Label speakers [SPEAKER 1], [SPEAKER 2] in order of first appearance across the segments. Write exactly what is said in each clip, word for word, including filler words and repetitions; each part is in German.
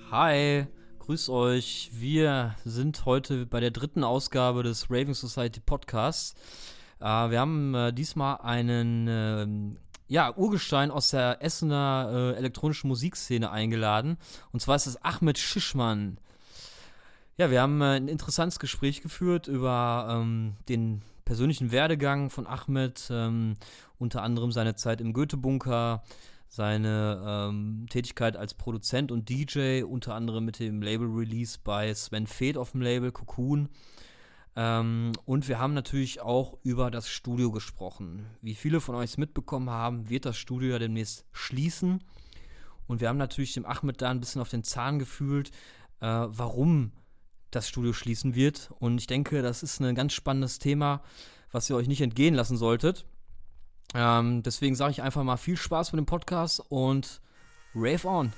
[SPEAKER 1] Hi, grüß euch. Wir sind heute bei der dritten Ausgabe des Raving Society Podcasts. Äh, wir haben äh, diesmal einen äh, ja, Urgestein aus der Essener äh, elektronischen Musikszene eingeladen. Und zwar ist es Ahmed Shishman. Ja, wir haben äh, ein interessantes Gespräch geführt über ähm, den persönlichen Werdegang von Ahmed, ähm, unter anderem seine Zeit im Goethe-Bunker, seine ähm, Tätigkeit als Produzent und D J, unter anderem mit dem Label-Release bei Sven Feth auf dem Label Cocoon. Ähm, und wir haben natürlich auch über das Studio gesprochen. Wie viele von euch es mitbekommen haben, wird das Studio ja demnächst schließen. Und wir haben natürlich dem Ahmed da ein bisschen auf den Zahn gefühlt, äh, warum das Studio schließen wird. Und ich denke, das ist ein ganz spannendes Thema, was ihr euch nicht entgehen lassen solltet. Ähm, deswegen sage ich einfach mal viel Spaß mit dem Podcast und Rave on!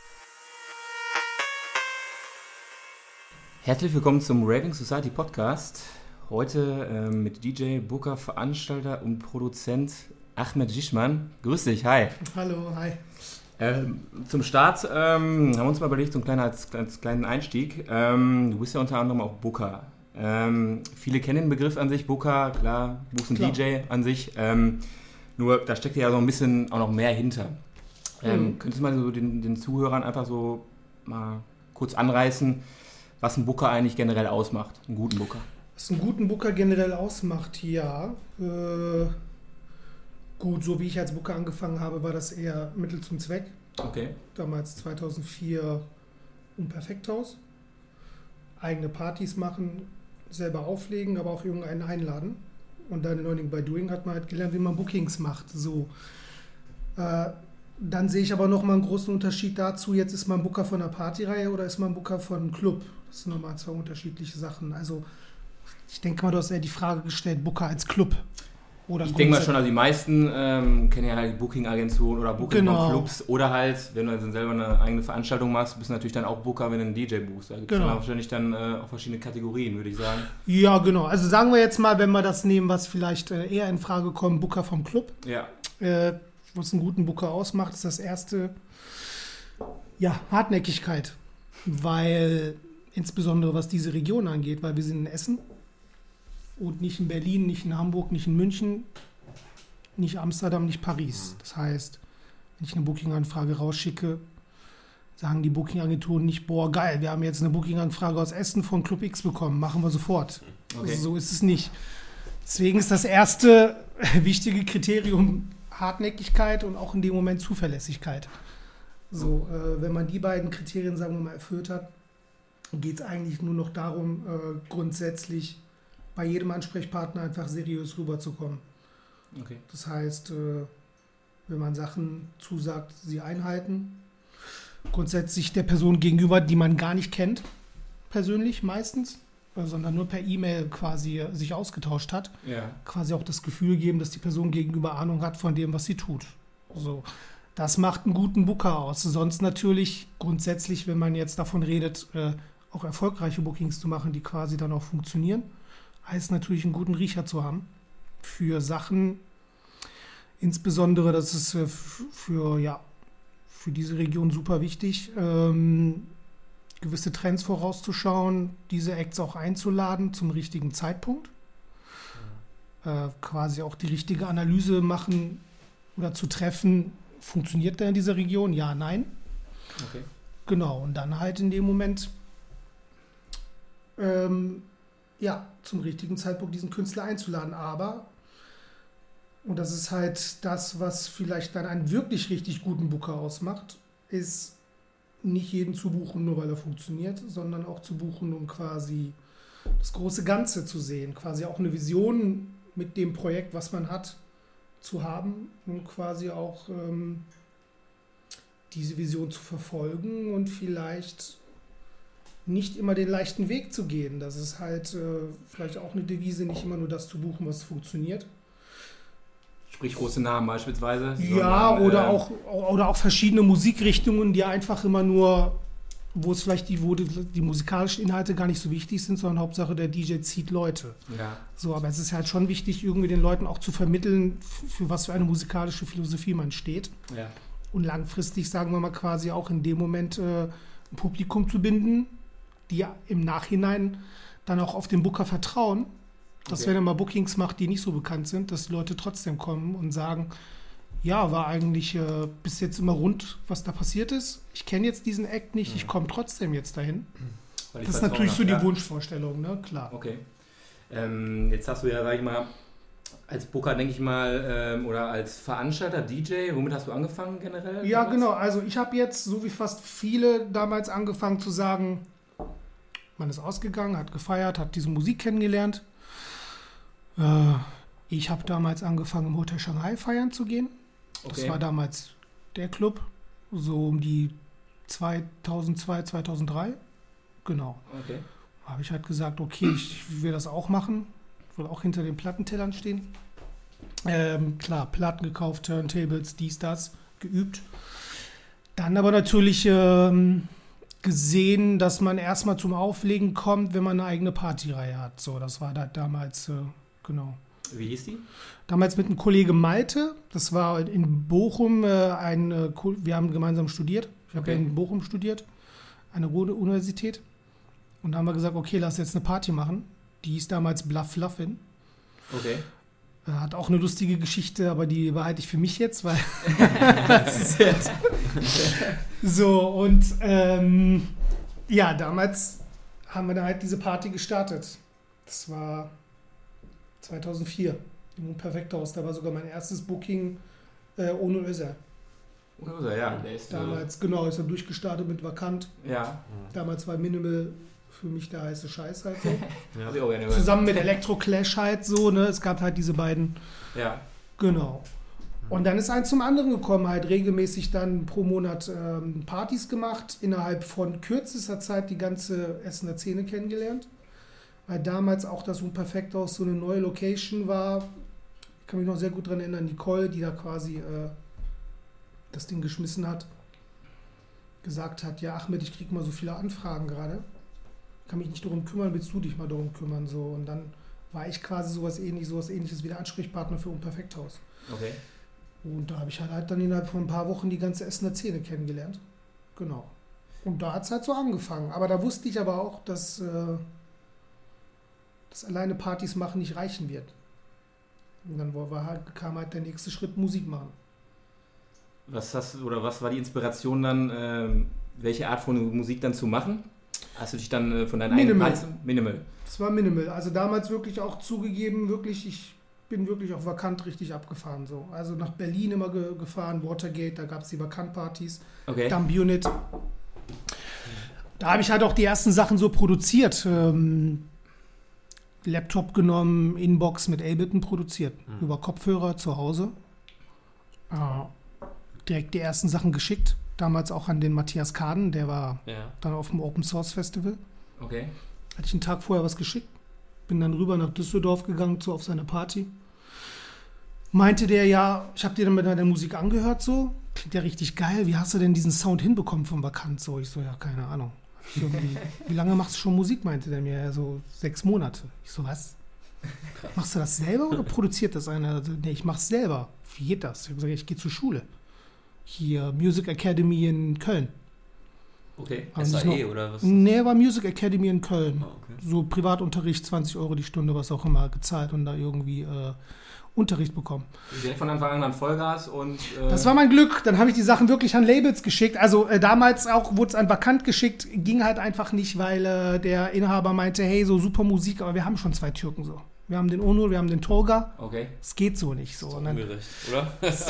[SPEAKER 2] Herzlich willkommen zum Raving Society Podcast. Heute ähm, mit D J, Booker, Veranstalter und Produzent Ahmed Shishman. Grüß dich, hi.
[SPEAKER 3] Hallo, hi.
[SPEAKER 2] Ähm, zum Start ähm, haben wir uns mal überlegt, so ein kleiner, als, als kleinen Einstieg. Ähm, du bist ja unter anderem auch Booker. Ähm, viele kennen den Begriff an sich, Booker, klar, du bist ein klar. D J an sich. Ähm, nur da steckt ja so ein bisschen auch noch mehr hinter. Ähm, mhm. Könntest du mal so den, den Zuhörern einfach so mal kurz anreißen, was ein Booker eigentlich generell ausmacht, einen guten Booker?
[SPEAKER 3] Was einen guten Booker generell ausmacht, ja. Äh, gut, so wie ich als Booker angefangen habe, war das eher Mittel zum Zweck.
[SPEAKER 2] Okay. Damals
[SPEAKER 3] zweitausendvier im Perfekthaus. Eigene Partys machen, selber auflegen, aber auch irgendeinen einladen. Und dann Learning by Doing hat man halt gelernt, wie man Bookings macht. So. Äh, dann sehe ich aber nochmal einen großen Unterschied dazu, jetzt ist man Booker von einer Partyreihe oder ist man Booker von einem Club. Das sind nochmal zwei unterschiedliche Sachen. Also ich denke mal, du hast ja die Frage gestellt, Booker als Club. Oder
[SPEAKER 2] ich denke mal schon, also die meisten ähm, kennen ja halt Booking-Agenturen oder Booking-Clubs genau. Oder halt, wenn du dann selber eine eigene Veranstaltung machst, bist du natürlich dann auch Booker, wenn du einen D J buchst. Da gibt es genau. dann wahrscheinlich dann äh, auch verschiedene Kategorien, würde ich sagen.
[SPEAKER 3] Ja, genau. Also sagen wir jetzt mal, wenn wir das nehmen, was vielleicht äh, eher in Frage kommt, Booker vom Club.
[SPEAKER 2] Ja.
[SPEAKER 3] Äh, was einen guten Booker ausmacht, ist das erste, ja, Hartnäckigkeit. Weil, insbesondere was diese Region angeht, weil wir sind in Essen. Und nicht in Berlin, nicht in Hamburg, nicht in München, nicht Amsterdam, nicht Paris. Das heißt, wenn ich eine Booking-Anfrage rausschicke, sagen die Booking-Agenturen nicht, boah, geil, wir haben jetzt eine Booking-Anfrage aus Essen von Club X bekommen, machen wir sofort. Okay. Also so ist es nicht. Deswegen ist das erste wichtige Kriterium Hartnäckigkeit und auch in dem Moment Zuverlässigkeit. So, äh, wenn man die beiden Kriterien, sagen wir mal, erfüllt hat, geht es eigentlich nur noch darum, äh, grundsätzlich bei jedem Ansprechpartner einfach seriös rüberzukommen.
[SPEAKER 2] Okay.
[SPEAKER 3] Das heißt, wenn man Sachen zusagt, sie einhalten. Grundsätzlich der Person gegenüber, die man gar nicht kennt, persönlich meistens, sondern nur per E-Mail quasi sich ausgetauscht hat.
[SPEAKER 2] Ja.
[SPEAKER 3] Quasi auch das Gefühl geben, dass die Person gegenüber Ahnung hat von dem, was sie tut. So. Das macht einen guten Booker aus. Sonst natürlich grundsätzlich, wenn man jetzt davon redet, auch erfolgreiche Bookings zu machen, die quasi dann auch funktionieren, heißt natürlich, einen guten Riecher zu haben für Sachen, insbesondere, das ist für, für, ja, für diese Region super wichtig, ähm, gewisse Trends vorauszuschauen, diese Acts auch einzuladen zum richtigen Zeitpunkt, ja. äh, quasi auch die richtige Analyse machen oder zu treffen, funktioniert der in dieser Region? Ja, nein.
[SPEAKER 2] Okay.
[SPEAKER 3] Genau, und dann halt in dem Moment ähm, ja, zum richtigen Zeitpunkt diesen Künstler einzuladen. Aber, und das ist halt das, was vielleicht dann einen wirklich richtig guten Booker ausmacht, ist nicht jeden zu buchen, nur weil er funktioniert, sondern auch zu buchen, um quasi das große Ganze zu sehen. Quasi auch eine Vision mit dem Projekt, was man hat, zu haben und quasi auch ähm, diese Vision zu verfolgen und vielleicht nicht immer den leichten Weg zu gehen. Das ist halt äh, vielleicht auch eine Devise, nicht immer nur das zu buchen, was funktioniert.
[SPEAKER 2] Sprich große Namen beispielsweise.
[SPEAKER 3] Ja,
[SPEAKER 2] sondern,
[SPEAKER 3] oder,
[SPEAKER 2] äh,
[SPEAKER 3] auch, oder auch verschiedene Musikrichtungen, die einfach immer nur, wo es vielleicht die, wo die, die musikalischen Inhalte gar nicht so wichtig sind, sondern Hauptsache der D J zieht Leute.
[SPEAKER 2] Ja.
[SPEAKER 3] So, aber es ist halt schon wichtig, irgendwie den Leuten auch zu vermitteln, für was für eine musikalische Philosophie man steht.
[SPEAKER 2] Ja.
[SPEAKER 3] Und langfristig, sagen wir mal, quasi auch in dem Moment äh, ein Publikum zu binden, die im Nachhinein dann auch auf den Booker vertrauen, dass
[SPEAKER 2] Okay.
[SPEAKER 3] wenn er mal Bookings macht, die nicht so bekannt sind, dass die Leute trotzdem kommen und sagen, ja, war eigentlich äh, bis jetzt immer rund, was da passiert ist. Ich kenne jetzt diesen Act nicht, ich komme trotzdem jetzt dahin.
[SPEAKER 2] Weil ich
[SPEAKER 3] Das ist
[SPEAKER 2] Vertrauen
[SPEAKER 3] natürlich so
[SPEAKER 2] habe,
[SPEAKER 3] die
[SPEAKER 2] ja.
[SPEAKER 3] Wunschvorstellung, ne? Klar.
[SPEAKER 2] Okay. Ähm, jetzt hast du ja, sag ich mal, als Booker, denke ich mal, ähm, oder als Veranstalter, D J, womit hast du angefangen generell?
[SPEAKER 3] Ja,
[SPEAKER 2] damals?
[SPEAKER 3] genau. Also ich habe jetzt, so wie fast viele damals angefangen zu sagen, man ist ausgegangen, hat gefeiert, hat diese Musik kennengelernt. Äh, ich habe damals angefangen, im Hotel Shanghai feiern zu gehen. Das
[SPEAKER 2] Okay.
[SPEAKER 3] war damals der Club, so um die zweitausendzwei, zweitausenddrei. Genau.
[SPEAKER 2] Okay.
[SPEAKER 3] Da habe ich halt gesagt, okay, ich will das auch machen. Ich will auch hinter den Plattentellern stehen. Ähm, klar, Platten gekauft, Turntables, dies, das, geübt. Dann aber natürlich ähm, gesehen, dass man erstmal zum Auflegen kommt, wenn man eine eigene Partyreihe hat. So, das war da damals, äh, genau.
[SPEAKER 2] Wie hieß die?
[SPEAKER 3] Damals mit einem Kollege Malte, das war in Bochum, äh, ein, äh, Ko- wir haben gemeinsam studiert. Ich habe
[SPEAKER 2] Okay.
[SPEAKER 3] ja in Bochum studiert, an der Ruhr-Universität. Und da haben wir gesagt, okay, lass jetzt eine Party machen. Die hieß damals Bluff Fluffin.
[SPEAKER 2] Okay.
[SPEAKER 3] Äh, Hat auch eine lustige Geschichte, aber die behalte ich für mich jetzt, weil das ist jetzt so. Und ähm, ja, damals haben wir dann halt diese Party gestartet. Das war zweitausendvier im Perfekthaus. Da war sogar mein erstes Booking äh, ohne Öser.
[SPEAKER 2] Oder ja, der ist.
[SPEAKER 3] Damals, genau, ist dann durchgestartet mit Vakant.
[SPEAKER 2] Äh, ja.
[SPEAKER 3] Damals war Minimal für mich der heiße Scheiß halt so.
[SPEAKER 2] Hab ich auch gerne gehört.
[SPEAKER 3] Zusammen mit Electro Clash halt so, ne? Es gab halt diese beiden.
[SPEAKER 2] Ja.
[SPEAKER 3] Genau. Und dann ist eins zum anderen gekommen, halt regelmäßig dann pro Monat ähm, Partys gemacht, innerhalb von kürzester Zeit die ganze Essener Szene kennengelernt. Weil damals auch das Unperfekthaus so eine neue Location war. Ich kann mich noch sehr gut daran erinnern, Nicole, die da quasi äh, das Ding geschmissen hat, gesagt hat, ja Ahmed, ich kriege mal so viele Anfragen gerade. Kann mich nicht darum kümmern, willst du dich mal darum kümmern? So. Und dann war ich quasi sowas ähnliches, sowas ähnliches wie der Ansprechpartner für Unperfekthaus.
[SPEAKER 2] Okay.
[SPEAKER 3] Und da habe ich halt, halt dann innerhalb von ein paar Wochen die ganze Essener Szene kennengelernt. Genau. Und da hat es halt so angefangen. Aber da wusste ich aber auch, dass, äh, dass alleine Partys machen nicht reichen wird. Und dann war halt, kam halt der nächste Schritt, Musik machen.
[SPEAKER 2] Was hast du, oder was war die Inspiration dann, ähm, welche Art von Musik dann zu machen? Hast du dich dann äh, von deinen
[SPEAKER 3] Minimal.
[SPEAKER 2] eigenen Partys... Minimal.
[SPEAKER 3] Das war Minimal. Also damals wirklich auch zugegeben, wirklich, ich bin wirklich auch Vakant richtig abgefahren. So. Also nach Berlin immer ge gefahren, Watergate, da gab es die Vakant-Partys,
[SPEAKER 2] Okay.
[SPEAKER 3] Dumb Unit. Da habe ich halt auch die ersten Sachen so produziert. Ähm, Laptop genommen, Inbox mit Ableton produziert.
[SPEAKER 1] Mhm.
[SPEAKER 3] Über Kopfhörer zu Hause. Äh, direkt die ersten Sachen geschickt. Damals auch an den Matthias Kaden, der war
[SPEAKER 1] Ja.
[SPEAKER 3] dann auf dem Open Source Festival.
[SPEAKER 2] Okay.
[SPEAKER 3] Hatte ich einen Tag vorher was geschickt. Bin dann rüber nach Düsseldorf gegangen, zu auf seine Party. Meinte der, ja, ich habe dir dann mit deiner Musik angehört, so. Klingt ja richtig geil. Wie hast du denn diesen Sound hinbekommen vom Vakant? So, ich so, ja, keine Ahnung. Ich irgendwie, wie lange machst du schon Musik, meinte der mir. Ja, so sechs Monate. Ich so, was? Machst du das selber oder produziert das einer? Also, nee, ich mach's selber. Wie geht das? Ich habe gesagt, ich gehe zur Schule. Hier, Music Academy in Köln.
[SPEAKER 2] Okay.
[SPEAKER 3] Haben sich
[SPEAKER 1] S A E
[SPEAKER 3] noch-
[SPEAKER 1] oder was?
[SPEAKER 3] Nee, war Music Academy in Köln.
[SPEAKER 1] Ah, okay.
[SPEAKER 3] So Privatunterricht, zwanzig Euro die Stunde, was auch immer, gezahlt und da irgendwie äh, Unterricht bekommen.
[SPEAKER 2] Direkt von Anfang an dann Vollgas und... Äh,
[SPEAKER 3] Das war mein Glück. Dann habe ich die Sachen wirklich an Labels geschickt. Also äh, damals auch wurde es an Vakant geschickt. Ging halt einfach nicht, weil äh, der Inhaber meinte, hey, so super Musik, aber wir haben schon zwei Türken so. Wir haben den Onur, wir haben den Tolga.
[SPEAKER 2] Okay.
[SPEAKER 3] Es geht so nicht so. Und dann,
[SPEAKER 1] Ungerecht, oder? Also,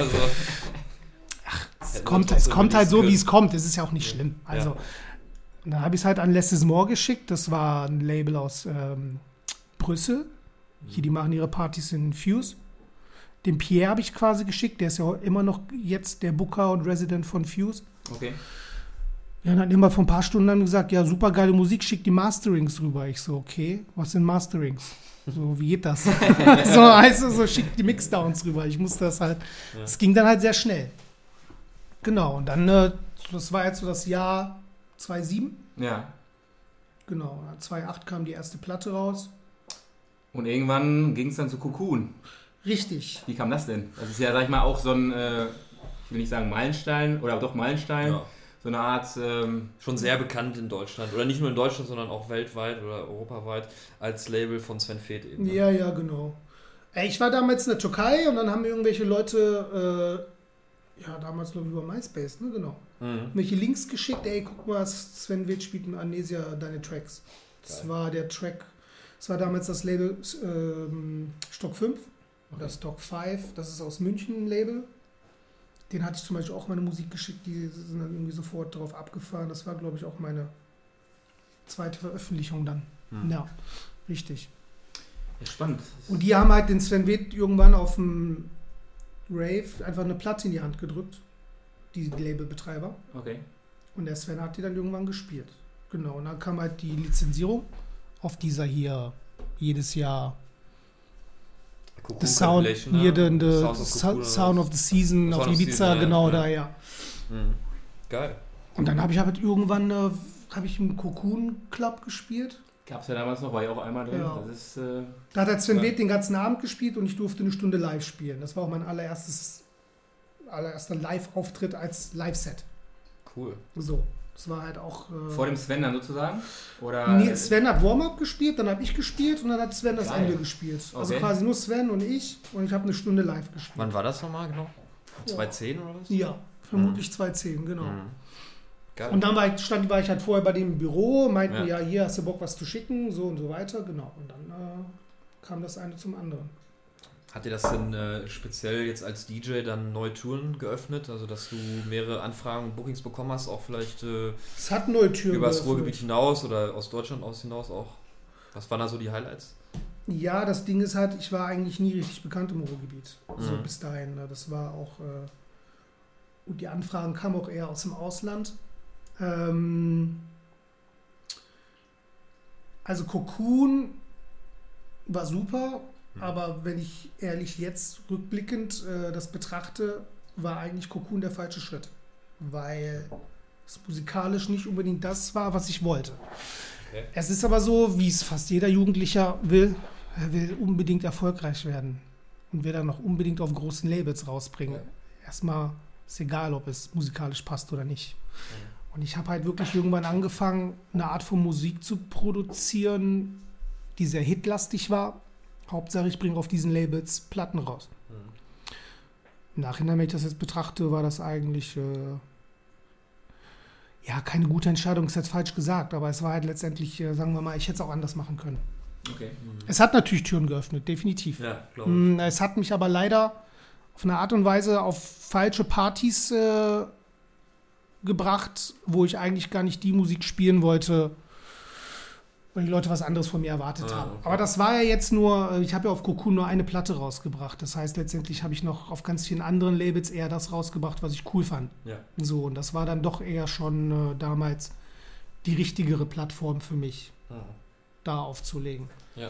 [SPEAKER 3] es kommt, es kommt halt so, wie es kommt. Es ist ja auch nicht schlimm. Also, und dann habe ich es halt an Less is More geschickt. Das war ein Label aus ähm, Brüssel. Hier, die machen ihre Partys in Fuse. Den Pierre habe ich quasi geschickt. Der ist ja immer noch jetzt der Booker und Resident von Fuse.
[SPEAKER 2] Okay.
[SPEAKER 3] Ja, dann immer vor ein paar Stunden haben die gesagt, ja, super geile Musik, schick die Masterings rüber. Ich so, okay, was sind Masterings? So, wie geht das? So, heißt es so, schick die Mixdowns rüber. Ich musste das halt, es
[SPEAKER 1] Ja.
[SPEAKER 3] ging dann halt sehr schnell. Genau, und dann, äh, das war jetzt so das Jahr zweitausendsieben.
[SPEAKER 2] Ja.
[SPEAKER 3] Genau, zweitausendacht kam die erste Platte raus.
[SPEAKER 2] Und irgendwann ging es dann zu Cocoon.
[SPEAKER 3] Richtig.
[SPEAKER 2] Wie kam das denn? Das ist ja, sag ich mal, auch so ein, äh, ich will nicht sagen Meilenstein, oder doch Meilenstein,
[SPEAKER 1] ja.
[SPEAKER 2] so eine Art... Ähm,
[SPEAKER 1] schon sehr bekannt in Deutschland. Oder nicht nur in Deutschland, sondern auch weltweit oder europaweit als Label von Sven Väth eben. Ne?
[SPEAKER 3] Ja, ja, genau. Ich war damals in der Türkei und dann haben mir irgendwelche Leute, äh, ja, damals glaube ich über MySpace, ne, genau, mhm. welche Links geschickt, ey, guck mal, Sven Väth spielt in Amnesia deine Tracks. Das Geil. war der Track, das war damals das Label ähm, Stock fünf okay. oder Stock fünf, das ist aus München ein Label. Den hatte ich zum Beispiel auch meine Musik geschickt, die sind dann irgendwie sofort drauf abgefahren. Das war, glaube ich, auch meine zweite Veröffentlichung dann. Mhm. Ja, richtig.
[SPEAKER 2] Ja, spannend.
[SPEAKER 3] Und die haben halt den Sven Väth irgendwann auf dem Rave einfach eine Platte in die Hand gedrückt, die Labelbetreiber.
[SPEAKER 2] Okay.
[SPEAKER 3] Und der Sven hat die dann irgendwann gespielt. Genau, und dann kam halt die Lizenzierung auf dieser hier jedes Jahr The Sound, hier den, the Sound, of Sound, Sound of the Season auf Ibiza, Season, genau ja. da, ja.
[SPEAKER 1] Mhm. Geil.
[SPEAKER 3] Und dann habe ich halt irgendwann äh, habe ich im Cocoon Club gespielt.
[SPEAKER 2] Gab es ja damals noch, war ich auch einmal drin.
[SPEAKER 3] Ja.
[SPEAKER 2] Das ist, äh,
[SPEAKER 3] da hat der Sven Väth den ganzen Abend gespielt und ich durfte eine Stunde live spielen. Das war auch mein allererstes, allererster Live-Auftritt als Live-Set.
[SPEAKER 1] Cool.
[SPEAKER 3] So, das war halt auch... Äh,
[SPEAKER 2] Vor dem Sven dann sozusagen? Oder
[SPEAKER 3] nee, Sven hat Warm-Up gespielt, dann habe ich gespielt und dann hat Sven das Geil. Ende gespielt. Also okay. quasi nur Sven und ich und ich habe eine Stunde live gespielt.
[SPEAKER 1] Wann war das nochmal genau? zwanzig zehn oder was?
[SPEAKER 3] Ja, vermutlich mhm. zwanzig zehn, genau.
[SPEAKER 1] Mhm. Geil.
[SPEAKER 3] Und dann war ich, stand, war ich halt vorher bei dem im Büro, meinten, ja. ja, hier hast du Bock, was zu schicken, so und so weiter, genau. Und dann äh, kam das eine zum anderen.
[SPEAKER 1] Hat dir das denn äh, speziell jetzt als D J dann neue Touren geöffnet? Also, dass du mehrere Anfragen und Bookings bekommen hast, auch vielleicht äh,
[SPEAKER 3] es hat neue Türen
[SPEAKER 1] über das Ruhrgebiet hinaus oder aus Deutschland aus hinaus auch? Was waren da so die Highlights?
[SPEAKER 3] Ja, das Ding ist halt, ich war eigentlich nie richtig bekannt im Ruhrgebiet. So mhm. bis dahin. Ne? Das war auch... Äh, und die Anfragen kamen auch eher aus dem Ausland. Ähm, also Cocoon war super, mhm. aber wenn ich ehrlich jetzt rückblickend äh, das betrachte, war eigentlich Cocoon der falsche Schritt, weil es musikalisch nicht unbedingt das war, was ich wollte. Okay. Es ist aber so, wie es fast jeder Jugendlicher will, er will unbedingt erfolgreich werden und will dann noch unbedingt auf großen Labels rausbringen. Ja. Erstmal ist egal, ob es musikalisch passt oder nicht. Mhm. Und ich habe halt wirklich irgendwann angefangen, eine Art von Musik zu produzieren, die sehr hitlastig war. Hauptsache, ich bringe auf diesen Labels Platten raus. Mhm. Im Nachhinein, wenn ich das jetzt betrachte, war das eigentlich äh, ja keine gute Entscheidung, ist jetzt falsch gesagt, aber es war halt letztendlich, äh, sagen wir mal, ich hätte es auch anders machen können.
[SPEAKER 2] Okay. Mhm.
[SPEAKER 3] Es hat natürlich Türen geöffnet, definitiv.
[SPEAKER 1] Ja, glaube ich.
[SPEAKER 3] Es hat mich aber leider auf eine Art und Weise auf falsche Partys äh, gebracht, wo ich eigentlich gar nicht die Musik spielen wollte, weil die Leute was anderes von mir erwartet ah, haben. Okay. Aber das war ja jetzt nur, ich habe ja auf Cocoon nur eine Platte rausgebracht. Das heißt, letztendlich habe ich noch auf ganz vielen anderen Labels eher das rausgebracht, was ich cool fand.
[SPEAKER 1] Ja.
[SPEAKER 3] So, und das war dann doch eher schon äh, damals die richtigere Plattform für mich, ah. da aufzulegen.
[SPEAKER 1] Ja.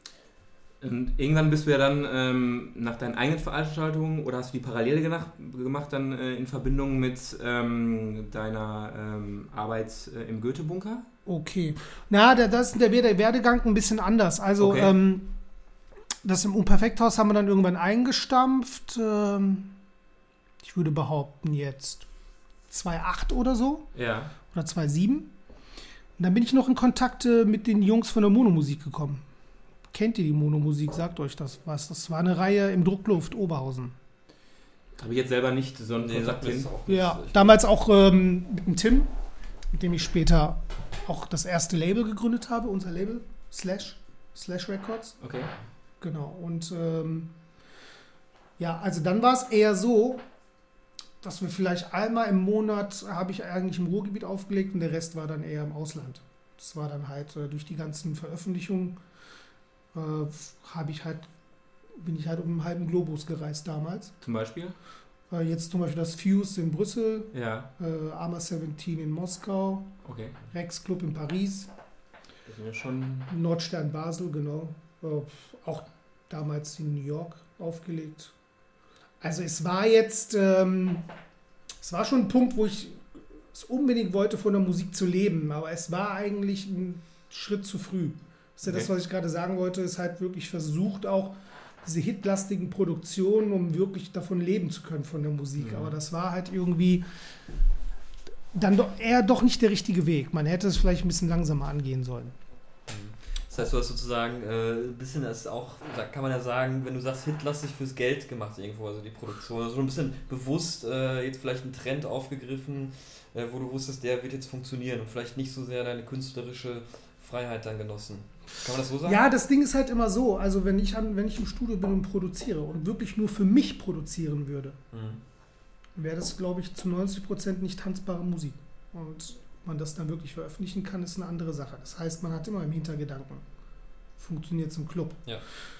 [SPEAKER 2] Und irgendwann bist du ja dann ähm, nach deinen eigenen Veranstaltungen oder hast du die parallel gemacht, gemacht dann äh, in Verbindung mit ähm, deiner ähm, Arbeit äh, im Goethe-Bunker?
[SPEAKER 3] Okay. Na, der, das ist der, der Werdegang ein bisschen anders. Also
[SPEAKER 2] okay.
[SPEAKER 3] ähm, das im Unperfekthaus haben wir dann irgendwann eingestampft. Ähm, ich würde behaupten jetzt zweitausendacht oder so.
[SPEAKER 2] Ja.
[SPEAKER 3] Oder zweitausendsieben. Und dann bin ich noch in Kontakt äh, mit den Jungs von der Monomusik gekommen. Kennt ihr die Monomusik? Sagt euch das was. Das war eine Reihe im Druckluft Oberhausen.
[SPEAKER 2] Habe ich jetzt selber nicht so einen
[SPEAKER 1] nee,
[SPEAKER 2] Kontakt hin.
[SPEAKER 3] Ja, damals auch ähm, mit dem Tim, mit dem ich später auch das erste Label gegründet habe, unser Label, Slash, Slash Records.
[SPEAKER 2] Okay.
[SPEAKER 3] Genau, und ähm, ja, also dann war es eher so, dass wir vielleicht einmal im Monat, habe ich eigentlich im Ruhrgebiet aufgelegt und der Rest war dann eher im Ausland. Das war dann halt äh, durch die ganzen Veröffentlichungen, habe ich halt, bin ich halt um einen halben Globus gereist damals.
[SPEAKER 2] Zum Beispiel?
[SPEAKER 3] Äh, jetzt zum Beispiel das Fuse in Brüssel,
[SPEAKER 2] ja.
[SPEAKER 3] äh, Arma siebzehn in Moskau,
[SPEAKER 2] okay.
[SPEAKER 3] Rex Club in Paris,
[SPEAKER 2] das sind ja schon
[SPEAKER 3] Nordstern Basel, genau. Äh, auch damals in New York aufgelegt. Also es war jetzt, ähm, es war schon ein Punkt, wo ich es unbedingt wollte, von der Musik zu leben, aber es war eigentlich ein Schritt zu früh. Das ist ja okay. das, was ich gerade sagen wollte, ist halt wirklich versucht auch diese hitlastigen Produktionen, um wirklich davon leben zu können von der Musik. Mhm. Aber das war halt irgendwie, dann doch eher doch nicht der richtige Weg. Man hätte es vielleicht ein bisschen langsamer angehen sollen.
[SPEAKER 1] Das heißt, du hast sozusagen äh, ein bisschen das auch, da kann man ja sagen, wenn du sagst, hitlastig fürs Geld gemacht irgendwo, also die Produktion, also ein bisschen bewusst äh, jetzt vielleicht einen Trend aufgegriffen, äh, wo du wusstest, der wird jetzt funktionieren und vielleicht nicht so sehr deine künstlerische Freiheit dann genossen. Kann man das so sagen?
[SPEAKER 3] Ja, das Ding ist halt immer so, also wenn ich, an, wenn ich im Studio bin und produziere und wirklich nur für mich produzieren würde, mhm. wäre das, glaube ich, zu neunzig Prozent nicht tanzbare Musik. Und man das dann wirklich veröffentlichen kann, ist eine andere Sache. Das heißt, man hat immer im Hintergedanken, funktioniert es im Club.
[SPEAKER 1] Ja.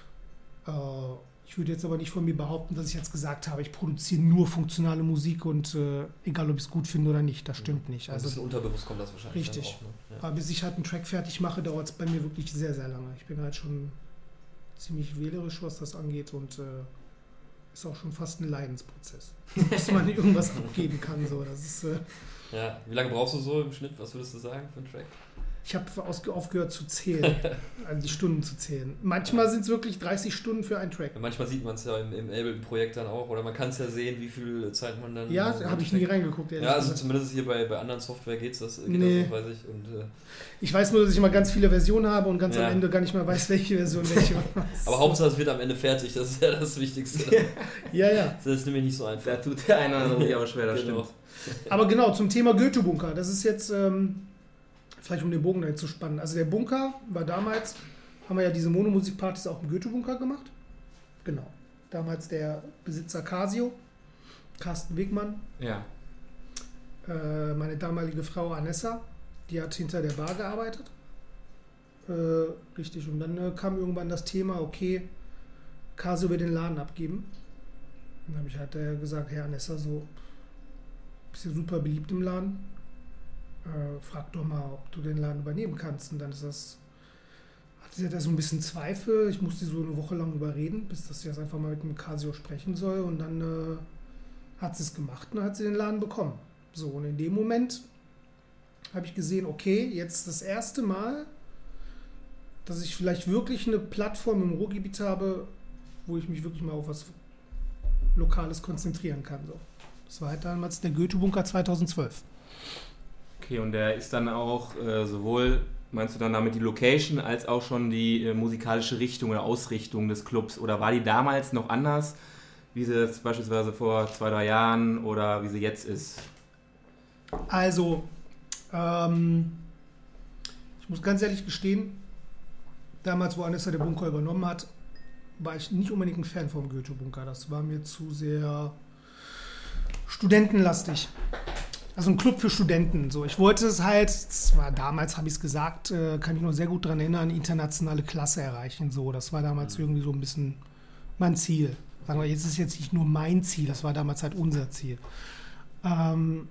[SPEAKER 3] Äh, ich würde jetzt aber nicht von mir behaupten, dass ich jetzt gesagt habe, ich produziere nur funktionale Musik und äh, egal, ob ich es gut finde oder nicht, das stimmt nicht.
[SPEAKER 1] Also ein bisschen unterbewusst kommt das wahrscheinlich.
[SPEAKER 3] Richtig.
[SPEAKER 1] Auch, ne? Ja.
[SPEAKER 3] Aber bis ich halt einen Track fertig mache, dauert es bei mir wirklich sehr, sehr lange. Ich bin halt schon ziemlich wählerisch, was das angeht und äh, ist auch schon fast ein Leidensprozess, bis man irgendwas abgeben kann. So. Das ist, äh,
[SPEAKER 1] ja. Wie lange brauchst du so im Schnitt? Was würdest du sagen für einen Track?
[SPEAKER 3] Ich habe aufgehört zu zählen, also die Stunden zu zählen. Manchmal sind es wirklich dreißig Stunden für einen Track.
[SPEAKER 1] Ja, manchmal sieht man es ja im, im Ableton-Projekt dann auch, oder man kann es ja sehen, wie viel Zeit man dann...
[SPEAKER 3] Ja, habe ich nie reingeguckt.
[SPEAKER 1] Ja, also gesagt. Zumindest hier bei, bei anderen Software geht's das, geht
[SPEAKER 3] nee.
[SPEAKER 1] das, weiß ich. Und, äh
[SPEAKER 3] ich weiß nur, dass ich immer ganz viele Versionen habe und ganz ja. am Ende gar nicht mehr weiß, welche Version welche war.
[SPEAKER 1] Aber Hauptsache es wird am Ende fertig, das ist ja das Wichtigste.
[SPEAKER 3] ja, ja.
[SPEAKER 1] Das ist nämlich nicht so einfach.
[SPEAKER 2] Da tut der eine oder andere aber schwer, das
[SPEAKER 1] genau.
[SPEAKER 2] stimmt.
[SPEAKER 3] Aber genau, zum Thema Goethe-Bunker, das ist jetzt... Ähm, vielleicht um den Bogen dahin zu spannen. Also der Bunker war damals, haben wir ja diese Monomusikpartys auch im Goethe-Bunker gemacht. Genau. Damals der Besitzer Casio, Carsten Wegmann.
[SPEAKER 2] Ja.
[SPEAKER 3] Äh, meine damalige Frau Anessa, die hat hinter der Bar gearbeitet. Äh, richtig. Und dann äh, kam irgendwann das Thema, okay, Casio will den Laden abgeben. Dann habe ich halt äh, gesagt, Herr Anessa, so, bist du super beliebt im Laden. Äh, frag doch mal, ob du den Laden übernehmen kannst. Und dann ist das, hatte sie da so ein bisschen Zweifel. Ich musste sie so eine Woche lang überreden, bis dass sie das einfach mal mit dem Casio sprechen soll. Und dann äh, hat sie es gemacht und dann hat sie den Laden bekommen. So, und in dem Moment habe ich gesehen, okay, jetzt das erste Mal, dass ich vielleicht wirklich eine Plattform im Ruhrgebiet habe, wo ich mich wirklich mal auf was Lokales konzentrieren kann. So. Das war halt damals der Goethe-Bunker zweitausendzwölf.
[SPEAKER 2] Okay, und der ist dann auch äh, sowohl, meinst du dann damit die Location, als auch schon die äh, musikalische Richtung oder Ausrichtung des Clubs? Oder war die damals noch anders, wie sie jetzt beispielsweise vor zwei, drei Jahren oder wie sie jetzt ist?
[SPEAKER 3] Also, ähm, ich muss ganz ehrlich gestehen, damals, wo Anessa der Bunker übernommen hat, war ich nicht unbedingt ein Fan vom Goethe-Bunker. Das war mir zu sehr studentenlastig. Also ein Club für Studenten. So, ich wollte es halt, das war damals, habe ich es gesagt, äh, kann ich noch sehr gut daran erinnern, internationale Klasse erreichen. So, das war damals irgendwie so ein bisschen mein Ziel. Sagen wir, jetzt ist jetzt nicht nur mein Ziel, das war damals halt unser Ziel. Ähm,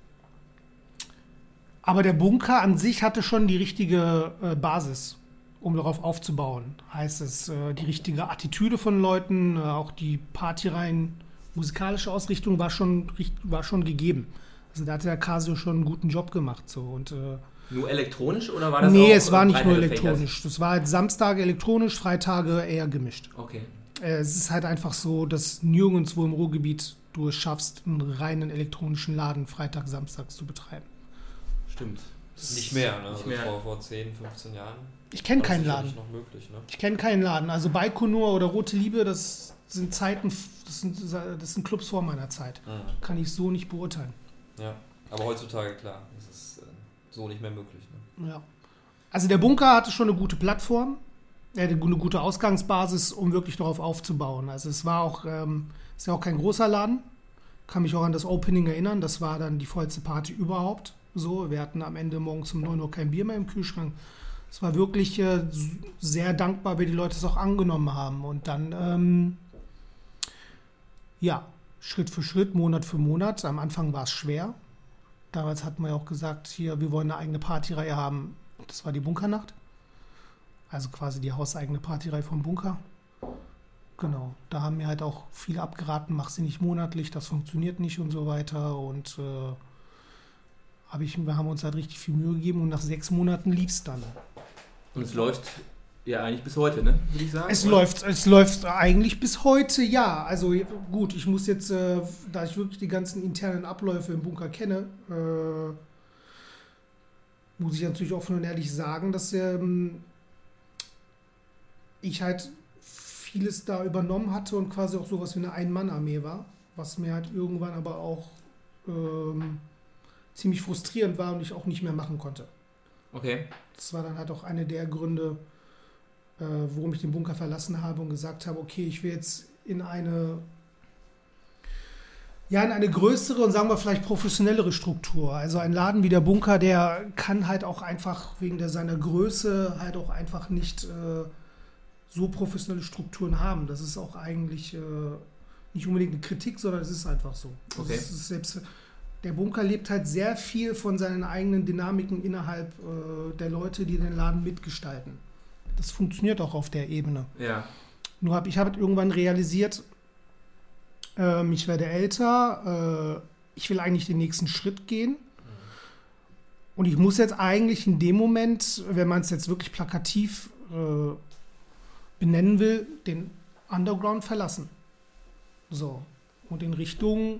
[SPEAKER 3] aber der Bunker an sich hatte schon die richtige äh, Basis, um darauf aufzubauen. Heißt es, äh, die richtige Attitüde von Leuten, äh, auch die Partyreihen, musikalische Ausrichtung war schon, war schon gegeben. Also da hat der Casio schon einen guten Job gemacht. So. Und, äh,
[SPEAKER 2] nur elektronisch oder war das
[SPEAKER 3] nee,
[SPEAKER 2] auch? Nee,
[SPEAKER 3] es war nicht nur elektronisch. Das war halt Samstage elektronisch, Freitage eher gemischt.
[SPEAKER 2] Okay.
[SPEAKER 3] Äh, es ist halt einfach so, dass nirgendwo im Ruhrgebiet du es schaffst, einen reinen elektronischen Laden Freitag, Samstags zu betreiben.
[SPEAKER 2] Stimmt.
[SPEAKER 1] Nicht mehr, ne?
[SPEAKER 2] Nicht
[SPEAKER 1] Also
[SPEAKER 2] mehr.
[SPEAKER 1] Vor, vor zehn, fünfzehn Jahren.
[SPEAKER 3] Ich kenne keinen Laden.
[SPEAKER 1] Noch möglich, ne?
[SPEAKER 3] Ich kenne keinen Laden. Also Baikonur oder Rote Liebe, das sind Zeiten, das sind, das sind Clubs vor meiner Zeit. Mhm. Kann ich so nicht beurteilen.
[SPEAKER 1] Ja, aber heutzutage, klar, das ist äh, so nicht mehr möglich. Ne?
[SPEAKER 3] Ja. Also der Bunker hatte schon eine gute Plattform, äh, eine gute Ausgangsbasis, um wirklich darauf aufzubauen. Also es war auch, ähm, ist ja auch kein großer Laden, kann mich auch an das Opening erinnern, das war dann die vollste Party überhaupt. So, wir hatten am Ende morgens um neun Uhr kein Bier mehr im Kühlschrank. Es war wirklich äh, sehr dankbar, wie die Leute es auch angenommen haben. Und dann, ähm, ja, Schritt für Schritt, Monat für Monat. Am Anfang war es schwer. Damals hatten wir ja auch gesagt, hier, wir wollen eine eigene Partyreihe haben. Das war die Bunkernacht. Also quasi die hauseigene Partyreihe vom Bunker. Genau. Da haben mir halt auch viele abgeraten, mach sie nicht monatlich, das funktioniert nicht und so weiter. Und äh, hab ich, wir haben uns halt richtig viel Mühe gegeben und nach sechs Monaten lief es dann.
[SPEAKER 2] Und es läuft Ja, eigentlich bis heute, ne? Würde ich sagen.
[SPEAKER 3] Es
[SPEAKER 2] oder?
[SPEAKER 3] läuft, es läuft eigentlich bis heute, ja. Also gut, ich muss jetzt, äh, da ich wirklich die ganzen internen Abläufe im Bunker kenne, äh, muss ich natürlich offen und ehrlich sagen, dass ähm, ich halt vieles da übernommen hatte und quasi auch sowas wie eine Ein-Mann-Armee war, was mir halt irgendwann aber auch ähm, ziemlich frustrierend war und ich auch nicht mehr machen konnte.
[SPEAKER 2] Okay.
[SPEAKER 3] Das war dann halt auch eine der Gründe, äh, warum ich den Bunker verlassen habe und gesagt habe, okay, ich will jetzt in eine ja, in eine größere und sagen wir vielleicht professionellere Struktur. Also ein Laden wie der Bunker, der kann halt auch einfach wegen der, seiner Größe halt auch einfach nicht äh, so professionelle Strukturen haben. Das ist auch eigentlich äh, nicht unbedingt eine Kritik, sondern es ist einfach so.
[SPEAKER 2] Okay.
[SPEAKER 3] Das ist selbst, der Bunker lebt halt sehr viel von seinen eigenen Dynamiken innerhalb äh, der Leute, die den Laden mitgestalten. Das funktioniert auch auf der Ebene.
[SPEAKER 2] Ja.
[SPEAKER 3] Nur habe ich habe irgendwann realisiert, ähm, ich werde älter, äh, ich will eigentlich den nächsten Schritt gehen. Und ich muss jetzt eigentlich in dem Moment, wenn man es jetzt wirklich plakativ äh, benennen will, den Underground verlassen. So. Und in Richtung,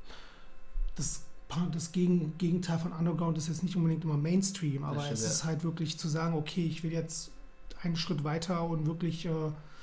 [SPEAKER 3] das, das Gegenteil von Underground ist jetzt nicht unbedingt immer Mainstream, aber
[SPEAKER 2] stimmt,
[SPEAKER 3] es
[SPEAKER 2] ja.
[SPEAKER 3] ist halt wirklich zu sagen, okay, ich will jetzt einen Schritt weiter und wirklich äh,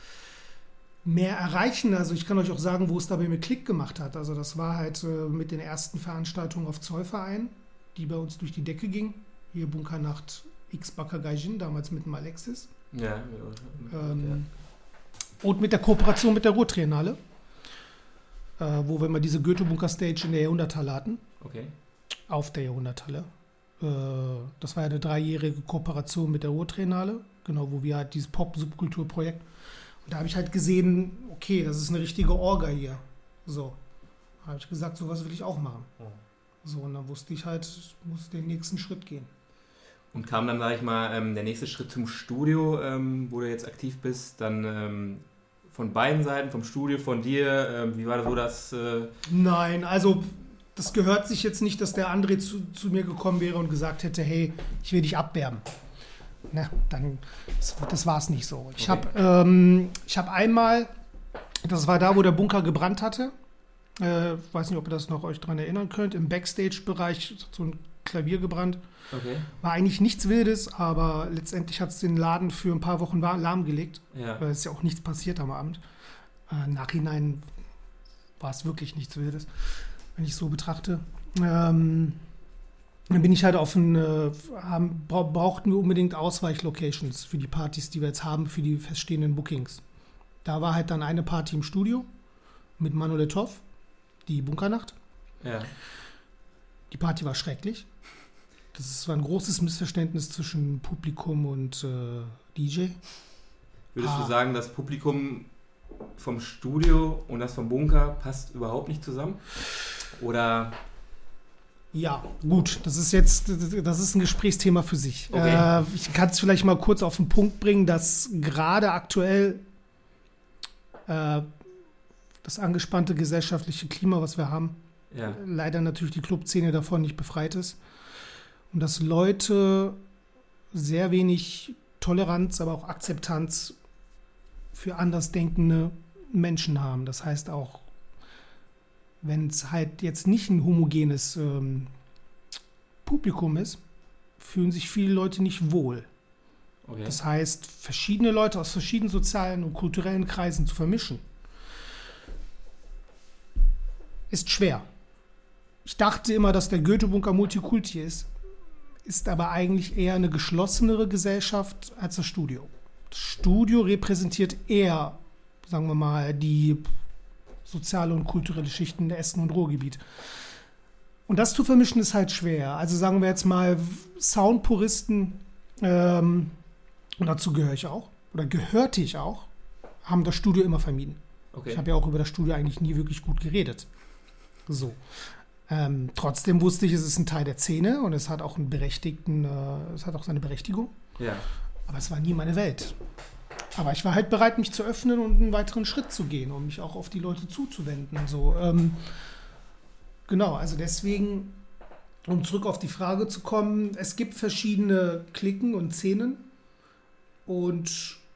[SPEAKER 3] mehr erreichen. Also ich kann euch auch sagen, wo es da bei mir Klick gemacht hat. Also das war halt äh, mit den ersten Veranstaltungen auf Zollverein, die bei uns durch die Decke ging. Hier Bunkernacht X Bakagaijin, damals mit dem Alexis.
[SPEAKER 2] Ja.
[SPEAKER 3] Ähm,
[SPEAKER 2] ja.
[SPEAKER 3] Und mit der Kooperation mit der Ruhrtriennale, äh, wo wir mal diese Goethe-Bunker-Stage in der Jahrhunderthalle hatten.
[SPEAKER 2] Okay.
[SPEAKER 3] Auf der Jahrhunderthalle. Äh, das war ja eine dreijährige Kooperation mit der Ruhrtriennale, genau, wo wir halt dieses Pop-Subkultur-Projekt. Und da habe ich halt gesehen, okay, das ist eine richtige Orga hier. So. Da habe ich gesagt, sowas will ich auch machen.
[SPEAKER 2] Oh.
[SPEAKER 3] So, und dann wusste ich halt, ich muss den nächsten Schritt gehen.
[SPEAKER 2] Und kam dann, sage ich mal, ähm, der nächste Schritt zum Studio, ähm, wo du jetzt aktiv bist, dann ähm, von beiden Seiten, vom Studio, von dir, ähm, wie war das so, dass... Äh
[SPEAKER 3] Nein, also das gehört sich jetzt nicht, dass der André zu, zu mir gekommen wäre und gesagt hätte, hey, ich will dich abwerben. Na, dann, das, das war es nicht so. Ich
[SPEAKER 2] Okay.
[SPEAKER 3] habe ähm, ich hab einmal, das war da, wo der Bunker gebrannt hatte, äh, weiß nicht, ob ihr das noch euch dran erinnern könnt, im Backstage-Bereich so ein Klavier gebrannt.
[SPEAKER 2] Okay.
[SPEAKER 3] War eigentlich nichts Wildes, aber letztendlich hat es den Laden für ein paar Wochen lahmgelegt.
[SPEAKER 2] Ja.
[SPEAKER 3] Weil es ist ja auch nichts passiert am Abend. Äh, Im Nachhinein war es wirklich nichts Wildes, wenn ich so betrachte. Ähm, dann bin ich halt auf ein, äh, haben, bra- brauchten wir unbedingt Ausweichlocations für die Partys, die wir jetzt haben, für die feststehenden Bookings. Da war halt dann eine Party im Studio mit Manoletov, die Bunkernacht.
[SPEAKER 2] Ja.
[SPEAKER 3] Die Party war schrecklich. Das war ein großes Missverständnis zwischen Publikum und äh, D J.
[SPEAKER 2] Würdest
[SPEAKER 3] Ah.
[SPEAKER 2] du sagen, das Publikum vom Studio und das vom Bunker passt überhaupt nicht zusammen? Oder...
[SPEAKER 3] Ja, gut, das ist jetzt, das ist ein Gesprächsthema für sich.
[SPEAKER 2] Okay.
[SPEAKER 3] Äh, ich kann es vielleicht mal kurz auf den Punkt bringen, dass gerade aktuell äh, das angespannte gesellschaftliche Klima, was wir haben,
[SPEAKER 2] Ja.
[SPEAKER 3] leider natürlich die Clubszene davon nicht befreit ist. Und dass Leute sehr wenig Toleranz, aber auch Akzeptanz für andersdenkende Menschen haben. Das heißt auch, wenn es halt jetzt nicht ein homogenes ähm, Publikum ist, fühlen sich viele Leute nicht wohl.
[SPEAKER 2] Okay.
[SPEAKER 3] Das heißt, verschiedene Leute aus verschiedenen sozialen und kulturellen Kreisen zu vermischen, ist schwer. Ich dachte immer, dass der Goethe-Bunker Multikulti ist, ist aber eigentlich eher eine geschlossenere Gesellschaft als das Studio. Das Studio repräsentiert eher, sagen wir mal, die soziale und kulturelle Schichten der Essen- und Ruhrgebiet. Und das zu vermischen ist halt schwer. Also sagen wir jetzt mal Soundpuristen, ähm, und dazu gehöre ich auch, oder gehörte ich auch, haben das Studio immer vermieden.
[SPEAKER 2] Okay.
[SPEAKER 3] Ich habe ja auch über das Studio eigentlich nie wirklich gut geredet. So. Ähm, trotzdem wusste ich, es ist ein Teil der Szene und es hat auch einen berechtigten, äh, es hat auch seine Berechtigung.
[SPEAKER 2] Ja.
[SPEAKER 3] Aber es war nie meine Welt. Aber ich war halt bereit, mich zu öffnen und einen weiteren Schritt zu gehen, um mich auch auf die Leute zuzuwenden. So, ähm, genau, also deswegen, um zurück auf die Frage zu kommen, es gibt verschiedene Klicken und Szenen und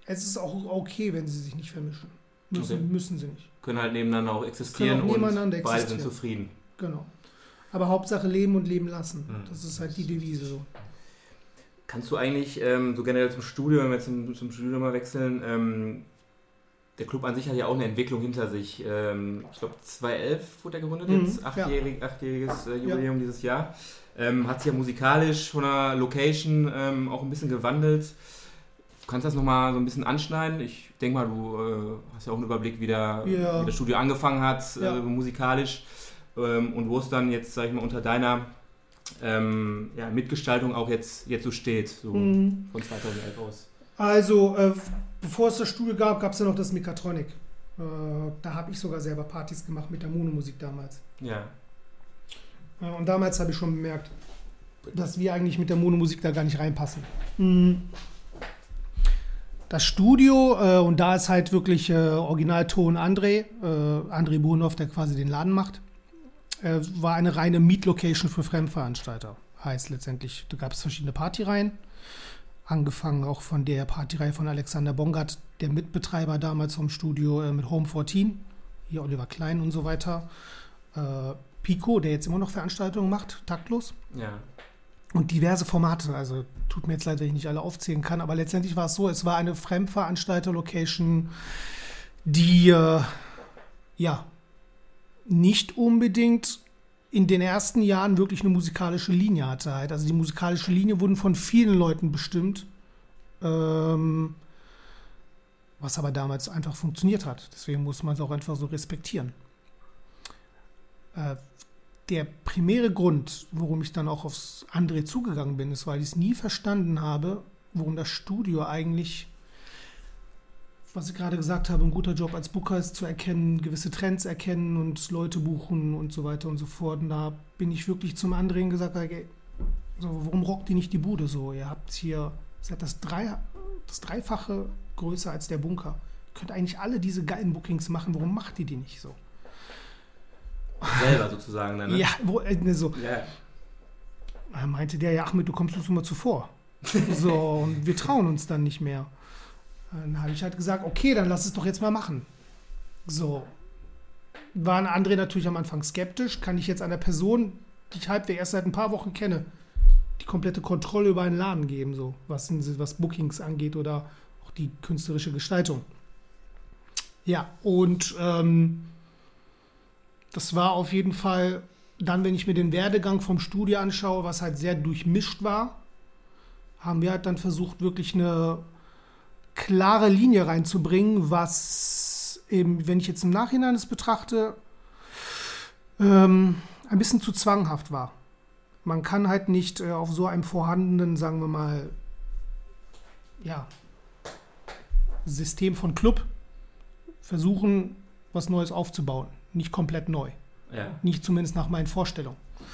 [SPEAKER 3] es ist auch okay, wenn sie sich nicht vermischen. Müssen,
[SPEAKER 2] Okay.
[SPEAKER 3] müssen sie nicht.
[SPEAKER 2] Können halt nebeneinander auch existieren
[SPEAKER 3] Können auch
[SPEAKER 2] und
[SPEAKER 3] nebeneinander
[SPEAKER 2] beide sind
[SPEAKER 3] existieren.
[SPEAKER 2] zufrieden.
[SPEAKER 3] Genau. Aber Hauptsache leben und leben lassen.
[SPEAKER 2] Mhm.
[SPEAKER 3] Das ist halt die Devise so.
[SPEAKER 2] Kannst du eigentlich ähm, so generell zum Studio, wenn wir zum, zum Studio mal wechseln, ähm, der Club an sich hat ja auch eine Entwicklung hinter sich. Ähm, ich glaube zweitausendelf wurde er gegründet,
[SPEAKER 3] Mhm,
[SPEAKER 2] jetzt achtjährig, achtjähriges äh, Jubiläum
[SPEAKER 3] Ja.
[SPEAKER 2] dieses Jahr. Ähm, hat sich ja musikalisch von der Location ähm, auch ein bisschen gewandelt. Du kannst das nochmal so ein bisschen anschneiden. Ich denke mal, du äh, hast ja auch einen Überblick, wie, der,
[SPEAKER 3] Ja.
[SPEAKER 2] wie das Studio angefangen hat,
[SPEAKER 3] Ja.
[SPEAKER 2] äh, musikalisch. Ähm, und wo es dann jetzt, sag ich mal, unter deiner ähm, ja, Mitgestaltung auch jetzt, jetzt so steht, so
[SPEAKER 3] Mhm.
[SPEAKER 2] von zweitausendelf aus.
[SPEAKER 3] Also, äh, bevor es das Studio gab, gab es ja noch das Mechatronic. Äh, da habe ich sogar selber Partys gemacht mit der Mono-Musik damals.
[SPEAKER 2] Ja.
[SPEAKER 3] Äh, und damals habe ich schon bemerkt, dass wir eigentlich mit der Mono-Musik da gar nicht reinpassen. Mhm. Das Studio, äh, und da ist halt wirklich äh, Originalton André, äh, André Buhnhoff, der quasi den Laden macht, äh, war eine reine Meet-Location für Fremdveranstalter. Heißt letztendlich, da gab es verschiedene Partyreihen, angefangen auch von der Partyreihe von Alexander Bongard, der Mitbetreiber damals vom Studio äh, mit Home vierzehn, hier Oliver Klein und so weiter. Äh, Pico, der jetzt immer noch Veranstaltungen macht, taktlos.
[SPEAKER 2] Ja.
[SPEAKER 3] Und diverse Formate, also tut mir jetzt leid, wenn ich nicht alle aufzählen kann, aber letztendlich war es so, es war eine Fremdveranstalter-Location, die äh, ja nicht unbedingt in den ersten Jahren wirklich eine musikalische Linie hatte halt. Also die musikalische Linie wurden von vielen Leuten bestimmt, ähm, was aber damals einfach funktioniert hat. Deswegen muss man es auch einfach so respektieren. Äh, Der primäre Grund, warum ich dann auch aufs André zugegangen bin, ist, weil ich es nie verstanden habe, warum das Studio eigentlich, was ich gerade gesagt habe, ein guter Job als Booker ist, zu erkennen, gewisse Trends erkennen und Leute buchen und so weiter und so fort. Und da bin ich wirklich zum André und gesagt, ey, so, warum rockt ihr nicht die Bude so? Ihr habt hier, ihr seid das, Drei, das Dreifache größer als der Bunker. Ihr könnt eigentlich alle diese geilen Bookings machen, warum macht ihr die nicht so?
[SPEAKER 2] Selber sozusagen dann, ne?
[SPEAKER 3] Ja, wo, äh, so.
[SPEAKER 2] Ja.
[SPEAKER 3] Da meinte der, ja, Achmed, du kommst uns immer zuvor. So, und wir trauen uns dann nicht mehr. Dann habe ich halt gesagt, okay, dann lass es doch jetzt mal machen. So. Waren André natürlich am Anfang skeptisch. Kann ich jetzt einer Person, die ich halbwegs erst seit ein paar Wochen kenne, die komplette Kontrolle über einen Laden geben, so, was, was Bookings angeht oder auch die künstlerische Gestaltung. Ja, und ähm, das war auf jeden Fall dann, wenn ich mir den Werdegang vom Studio anschaue, was halt sehr durchmischt war, haben wir halt dann versucht, wirklich eine klare Linie reinzubringen, was eben, wenn ich jetzt im Nachhinein es betrachte, ähm, ein bisschen zu zwanghaft war. Man kann halt nicht äh, auf so einem vorhandenen, sagen wir mal, ja, System von Club versuchen, was Neues aufzubauen. Nicht komplett neu.
[SPEAKER 2] Ja.
[SPEAKER 3] Nicht zumindest nach meinen Vorstellungen.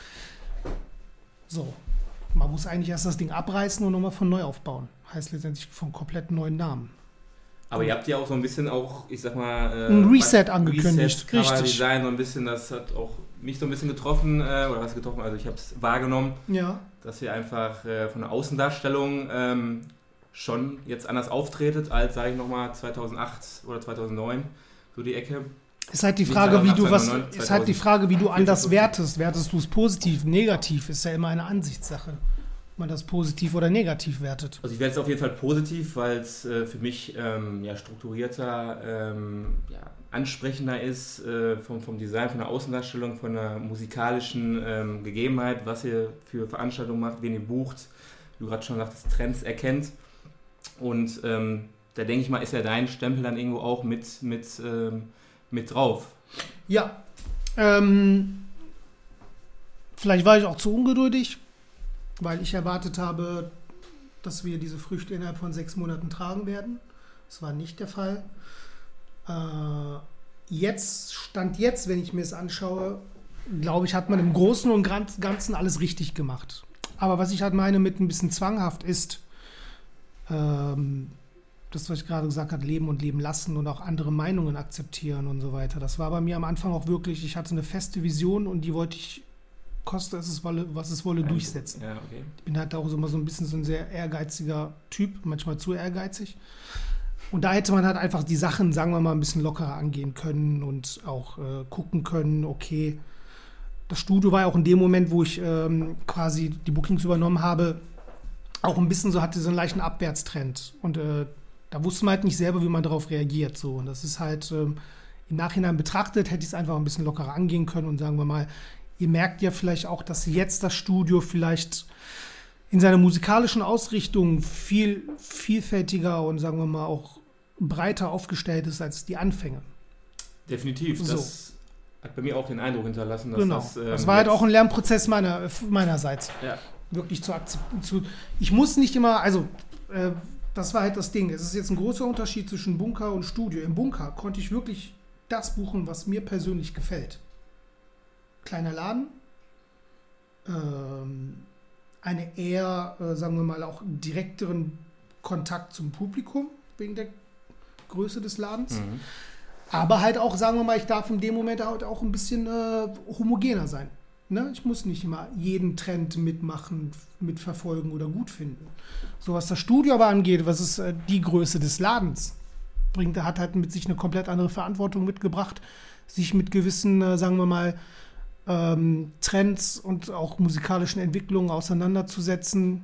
[SPEAKER 3] So. Man muss eigentlich erst das Ding abreißen und nochmal von neu aufbauen. Heißt letztendlich von komplett neuen Namen.
[SPEAKER 2] Aber ihr habt ja auch so ein bisschen auch, ich sag mal... Äh,
[SPEAKER 3] Ein Reset angekündigt,
[SPEAKER 2] Reset,
[SPEAKER 3] richtig.
[SPEAKER 2] Coverdesign, so ein bisschen, das hat auch mich so ein bisschen getroffen, äh, oder was getroffen, also ich habe es wahrgenommen,
[SPEAKER 3] Ja.
[SPEAKER 2] dass ihr einfach äh, von der Außendarstellung ähm, schon jetzt anders auftretet als, sage ich nochmal, zweitausendacht oder zweitausendneun, so die Ecke.
[SPEAKER 3] Ist halt die Frage, wie du was,
[SPEAKER 2] zweitausendneun,
[SPEAKER 3] ist halt die Frage, wie du anders
[SPEAKER 2] zweitausend.
[SPEAKER 3] wertest. Wertest du es positiv, negativ? Ist ja immer eine Ansichtssache, ob man das positiv oder negativ wertet.
[SPEAKER 2] Also ich werde es auf jeden Fall positiv, weil es äh, für mich ähm, ja, strukturierter, ähm, ja, ansprechender ist äh, vom, vom Design, von der Außendarstellung, von der musikalischen ähm, Gegebenheit, was ihr für Veranstaltungen macht, wen ihr bucht, wie du gerade schon sagtest, Trends erkennt. Und ähm, da denke ich mal, ist ja dein Stempel dann irgendwo auch mit, mit, ähm, mit drauf.
[SPEAKER 3] Ja. Ähm, vielleicht war ich auch zu ungeduldig, weil ich erwartet habe, dass wir diese Früchte innerhalb von sechs Monaten tragen werden. Das war nicht der Fall. Äh, jetzt, Stand jetzt, wenn ich mir es anschaue, glaube ich, hat man im Großen und Ganzen alles richtig gemacht. Aber was ich halt meine mit ein bisschen zwanghaft ist, ähm, das, was ich gerade gesagt habe, leben und leben lassen und auch andere Meinungen akzeptieren und so weiter. Das war bei mir am Anfang auch wirklich, ich hatte eine feste Vision und die wollte ich, koste es, was es wolle, durchsetzen.
[SPEAKER 2] Ja, okay.
[SPEAKER 3] Ich bin halt auch immer so ein bisschen so ein sehr ehrgeiziger Typ, manchmal zu ehrgeizig. Und da hätte man halt einfach die Sachen, sagen wir mal, ein bisschen lockerer angehen können und auch äh, gucken können, okay, das Studio war ja auch in dem Moment, wo ich ähm, quasi die Bookings übernommen habe, auch ein bisschen so, hatte so einen leichten Abwärtstrend. Und äh, da wusste man halt nicht selber, wie man darauf reagiert. So. Und das ist halt ähm, im Nachhinein betrachtet, hätte ich es einfach ein bisschen lockerer angehen können und sagen wir mal, ihr merkt ja vielleicht auch, dass jetzt das Studio vielleicht in seiner musikalischen Ausrichtung viel vielfältiger und sagen wir mal auch breiter aufgestellt ist als die Anfänge.
[SPEAKER 2] Definitiv.
[SPEAKER 3] So.
[SPEAKER 2] Das hat bei mir auch den Eindruck hinterlassen, dass
[SPEAKER 3] genau.
[SPEAKER 2] das... Ähm,
[SPEAKER 3] das war halt auch ein Lernprozess meiner, meinerseits.
[SPEAKER 2] Ja.
[SPEAKER 3] Wirklich zu akzeptieren. Ich muss nicht immer, also äh, das war halt das Ding. Es ist jetzt ein großer Unterschied zwischen Bunker und Studio. Im Bunker konnte ich wirklich das buchen, was mir persönlich gefällt. Kleiner Laden, ähm, eine eher, äh, sagen wir mal, auch direkteren Kontakt zum Publikum, wegen der Größe des Ladens.
[SPEAKER 2] Mhm.
[SPEAKER 3] Aber halt auch, sagen wir mal, ich darf in dem Moment halt auch ein bisschen äh, homogener sein. Ne? Ich muss nicht immer jeden Trend mitmachen, mitverfolgen oder gut finden. So was das Studio aber angeht, was ist äh, die Größe des Ladens bringt, er hat halt mit sich eine komplett andere Verantwortung mitgebracht, sich mit gewissen, äh, sagen wir mal, ähm, Trends und auch musikalischen Entwicklungen auseinanderzusetzen,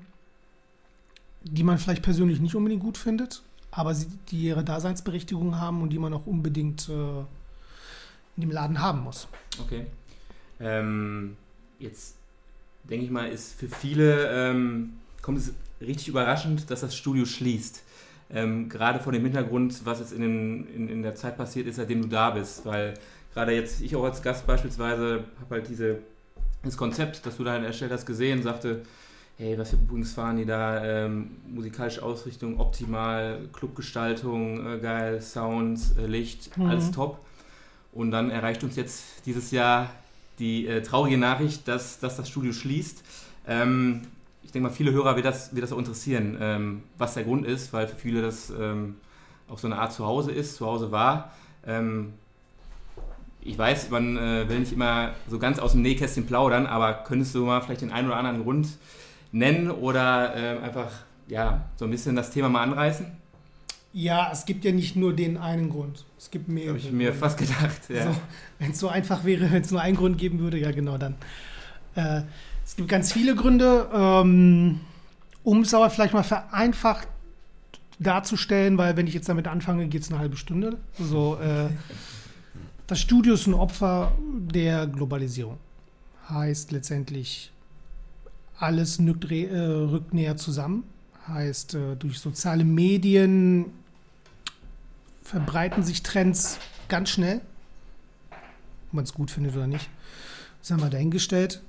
[SPEAKER 3] die man vielleicht persönlich nicht unbedingt gut findet, aber sie, die ihre Daseinsberechtigung haben und die man auch unbedingt äh, in dem Laden haben muss.
[SPEAKER 2] Okay. Ähm, jetzt denke ich mal, ist für viele, ähm, kommt es richtig überraschend, dass das Studio schließt. Ähm, gerade vor dem Hintergrund, was jetzt in, den, in, in der Zeit passiert ist, seitdem du da bist. Weil gerade jetzt, ich auch als Gast beispielsweise, habe halt diese, das Konzept, das du da erstellt hast, gesehen, sagte, hey, was für Bookings fahren die da, ähm, musikalische Ausrichtung optimal, Clubgestaltung, äh, geil, Sound, äh, Licht, mhm. alles top. Und dann erreicht uns jetzt dieses Jahr die äh, traurige Nachricht, dass, dass das Studio schließt. Ähm, ich denke mal, viele Hörer wird das, wird das auch interessieren, ähm, was der Grund ist, weil für viele das ähm, auch so eine Art Zuhause ist, Zuhause war. Ähm, ich weiß, man äh, will nicht immer so ganz aus dem Nähkästchen plaudern, aber könntest du mal vielleicht den einen oder anderen Grund nennen oder äh, einfach ja, so ein bisschen das Thema mal anreißen?
[SPEAKER 3] Ja, es gibt ja nicht nur den einen Grund. Es gibt mehrere.
[SPEAKER 2] Habe ich mir Gründe. fast gedacht. Ja.
[SPEAKER 3] So, wenn es so einfach wäre, wenn es nur einen Grund geben würde, ja genau dann. Äh, es gibt ganz viele Gründe, ähm, um es aber vielleicht mal vereinfacht darzustellen, weil wenn ich jetzt damit anfange, geht es eine halbe Stunde. So, äh, das Studio ist ein Opfer der Globalisierung. Heißt letztendlich, alles rückt, äh, rückt näher zusammen. Heißt, äh, durch soziale Medien verbreiten sich Trends ganz schnell. Ob man es gut findet oder nicht, das haben wir dahingestellt.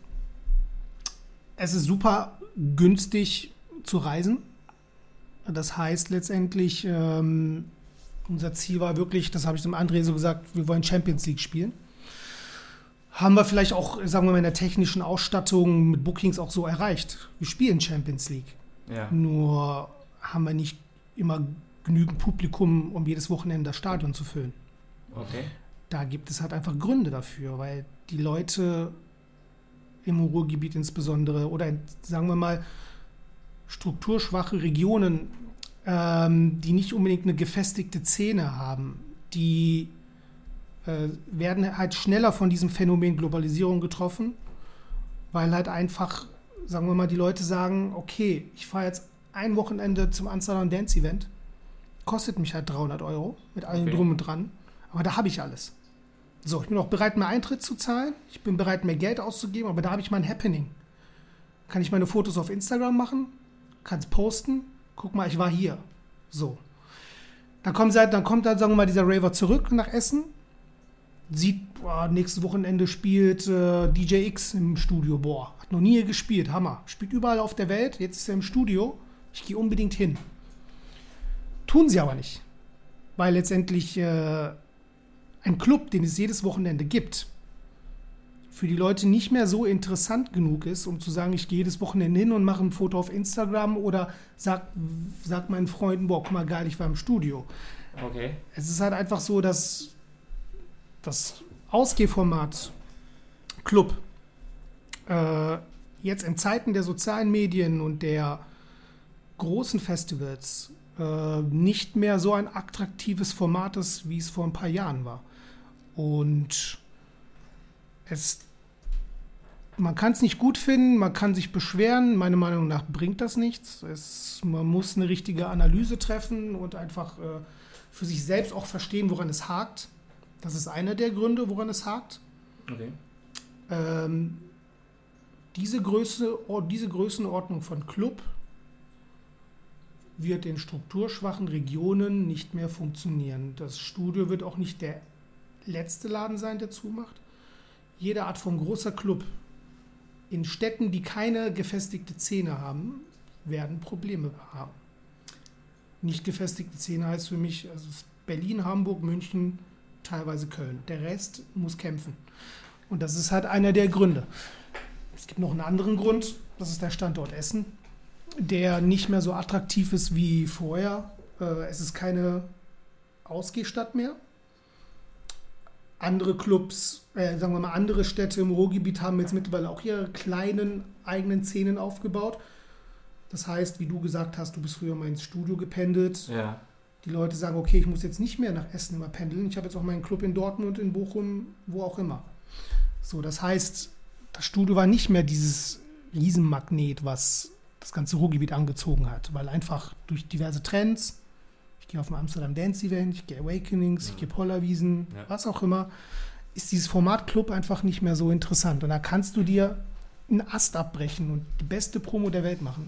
[SPEAKER 3] Es ist super günstig zu reisen. Das heißt letztendlich, ähm, unser Ziel war wirklich, das habe ich dem André so gesagt, wir wollen Champions League spielen. Haben wir vielleicht auch, sagen wir mal, in der technischen Ausstattung mit Bookings auch so erreicht. Wir spielen Champions League.
[SPEAKER 2] Ja.
[SPEAKER 3] Nur haben wir nicht immer genügend Publikum, um jedes Wochenende das Stadion zu füllen.
[SPEAKER 2] Okay.
[SPEAKER 3] Da gibt es halt einfach Gründe dafür, weil die Leute im Ruhrgebiet insbesondere oder in, sagen wir mal, strukturschwache Regionen, ähm, die nicht unbedingt eine gefestigte Szene haben, die äh, werden halt schneller von diesem Phänomen Globalisierung getroffen, weil halt einfach, sagen wir mal, die Leute sagen, okay, ich fahre jetzt ein Wochenende zum Amsterdam Dance Event, kostet mich halt dreihundert Euro mit allem
[SPEAKER 2] okay.
[SPEAKER 3] drum und dran, aber da habe ich alles. So, ich bin auch bereit, mehr Eintritt zu zahlen, ich bin bereit, mehr Geld auszugeben, aber da habe ich mein Happening. Kann ich meine Fotos auf Instagram machen, kann es posten, guck mal, ich war hier. So. Dann kommt, dann kommt dann, sagen wir mal, dieser Raver zurück nach Essen, sieht, boah, nächstes Wochenende spielt äh, D J X im Studio, boah, hat noch nie gespielt, Hammer. Spielt überall auf der Welt, jetzt ist er im Studio, ich gehe unbedingt hin. Tun sie aber nicht, weil letztendlich äh, ein Club, den es jedes Wochenende gibt, für die Leute nicht mehr so interessant genug ist, um zu sagen, ich gehe jedes Wochenende hin und mache ein Foto auf Instagram oder sag, sag meinen Freunden, boah, guck mal, geil, ich war im Studio.
[SPEAKER 2] Okay.
[SPEAKER 3] Es ist halt einfach so, dass das Ausgehformat Club äh, jetzt in Zeiten der sozialen Medien und der großen Festivals äh, nicht mehr so ein attraktives Format ist, wie es vor ein paar Jahren war. Und es, man kann es nicht gut finden, man kann sich beschweren. Meiner Meinung nach bringt das nichts. Es, man muss eine richtige Analyse treffen und einfach äh, für sich selbst auch verstehen, woran es hakt. Das ist einer der Gründe, woran es hakt.
[SPEAKER 2] Okay.
[SPEAKER 3] Ähm, diese, Größe, diese Größenordnung von Club wird in strukturschwachen Regionen nicht mehr funktionieren. Das Studio wird auch nicht der letzte Laden sein, der zumacht. Jede Art von großer Club in Städten, die keine gefestigte Szene haben, werden Probleme haben. Nicht gefestigte Szene heißt für mich also Berlin, Hamburg, München, teilweise Köln. Der Rest muss kämpfen. Und das ist halt einer der Gründe. Es gibt noch einen anderen Grund, das ist der Standort Essen, der nicht mehr so attraktiv ist wie vorher. Es ist keine Ausgehstadt mehr. Andere Clubs, äh, sagen wir mal andere Städte im Ruhrgebiet haben jetzt mittlerweile auch ihre kleinen eigenen Szenen aufgebaut. Das heißt, wie du gesagt hast, du bist früher mal ins Studio gependelt.
[SPEAKER 2] Ja.
[SPEAKER 3] Die Leute sagen, okay, ich muss jetzt nicht mehr nach Essen immer pendeln. Ich habe jetzt auch meinen Club in Dortmund, in Bochum, wo auch immer. So, das heißt, das Studio war nicht mehr dieses Riesenmagnet, was das ganze Ruhrgebiet angezogen hat, weil einfach durch diverse Trends, ich gehe auf ein Amsterdam Dance Event, ich gehe Awakenings, ja. ich gehe Pollerwiesen, ja. was auch immer, ist dieses Format Club einfach nicht mehr so interessant. Und da kannst du dir einen Ast abbrechen und die beste Promo der Welt machen.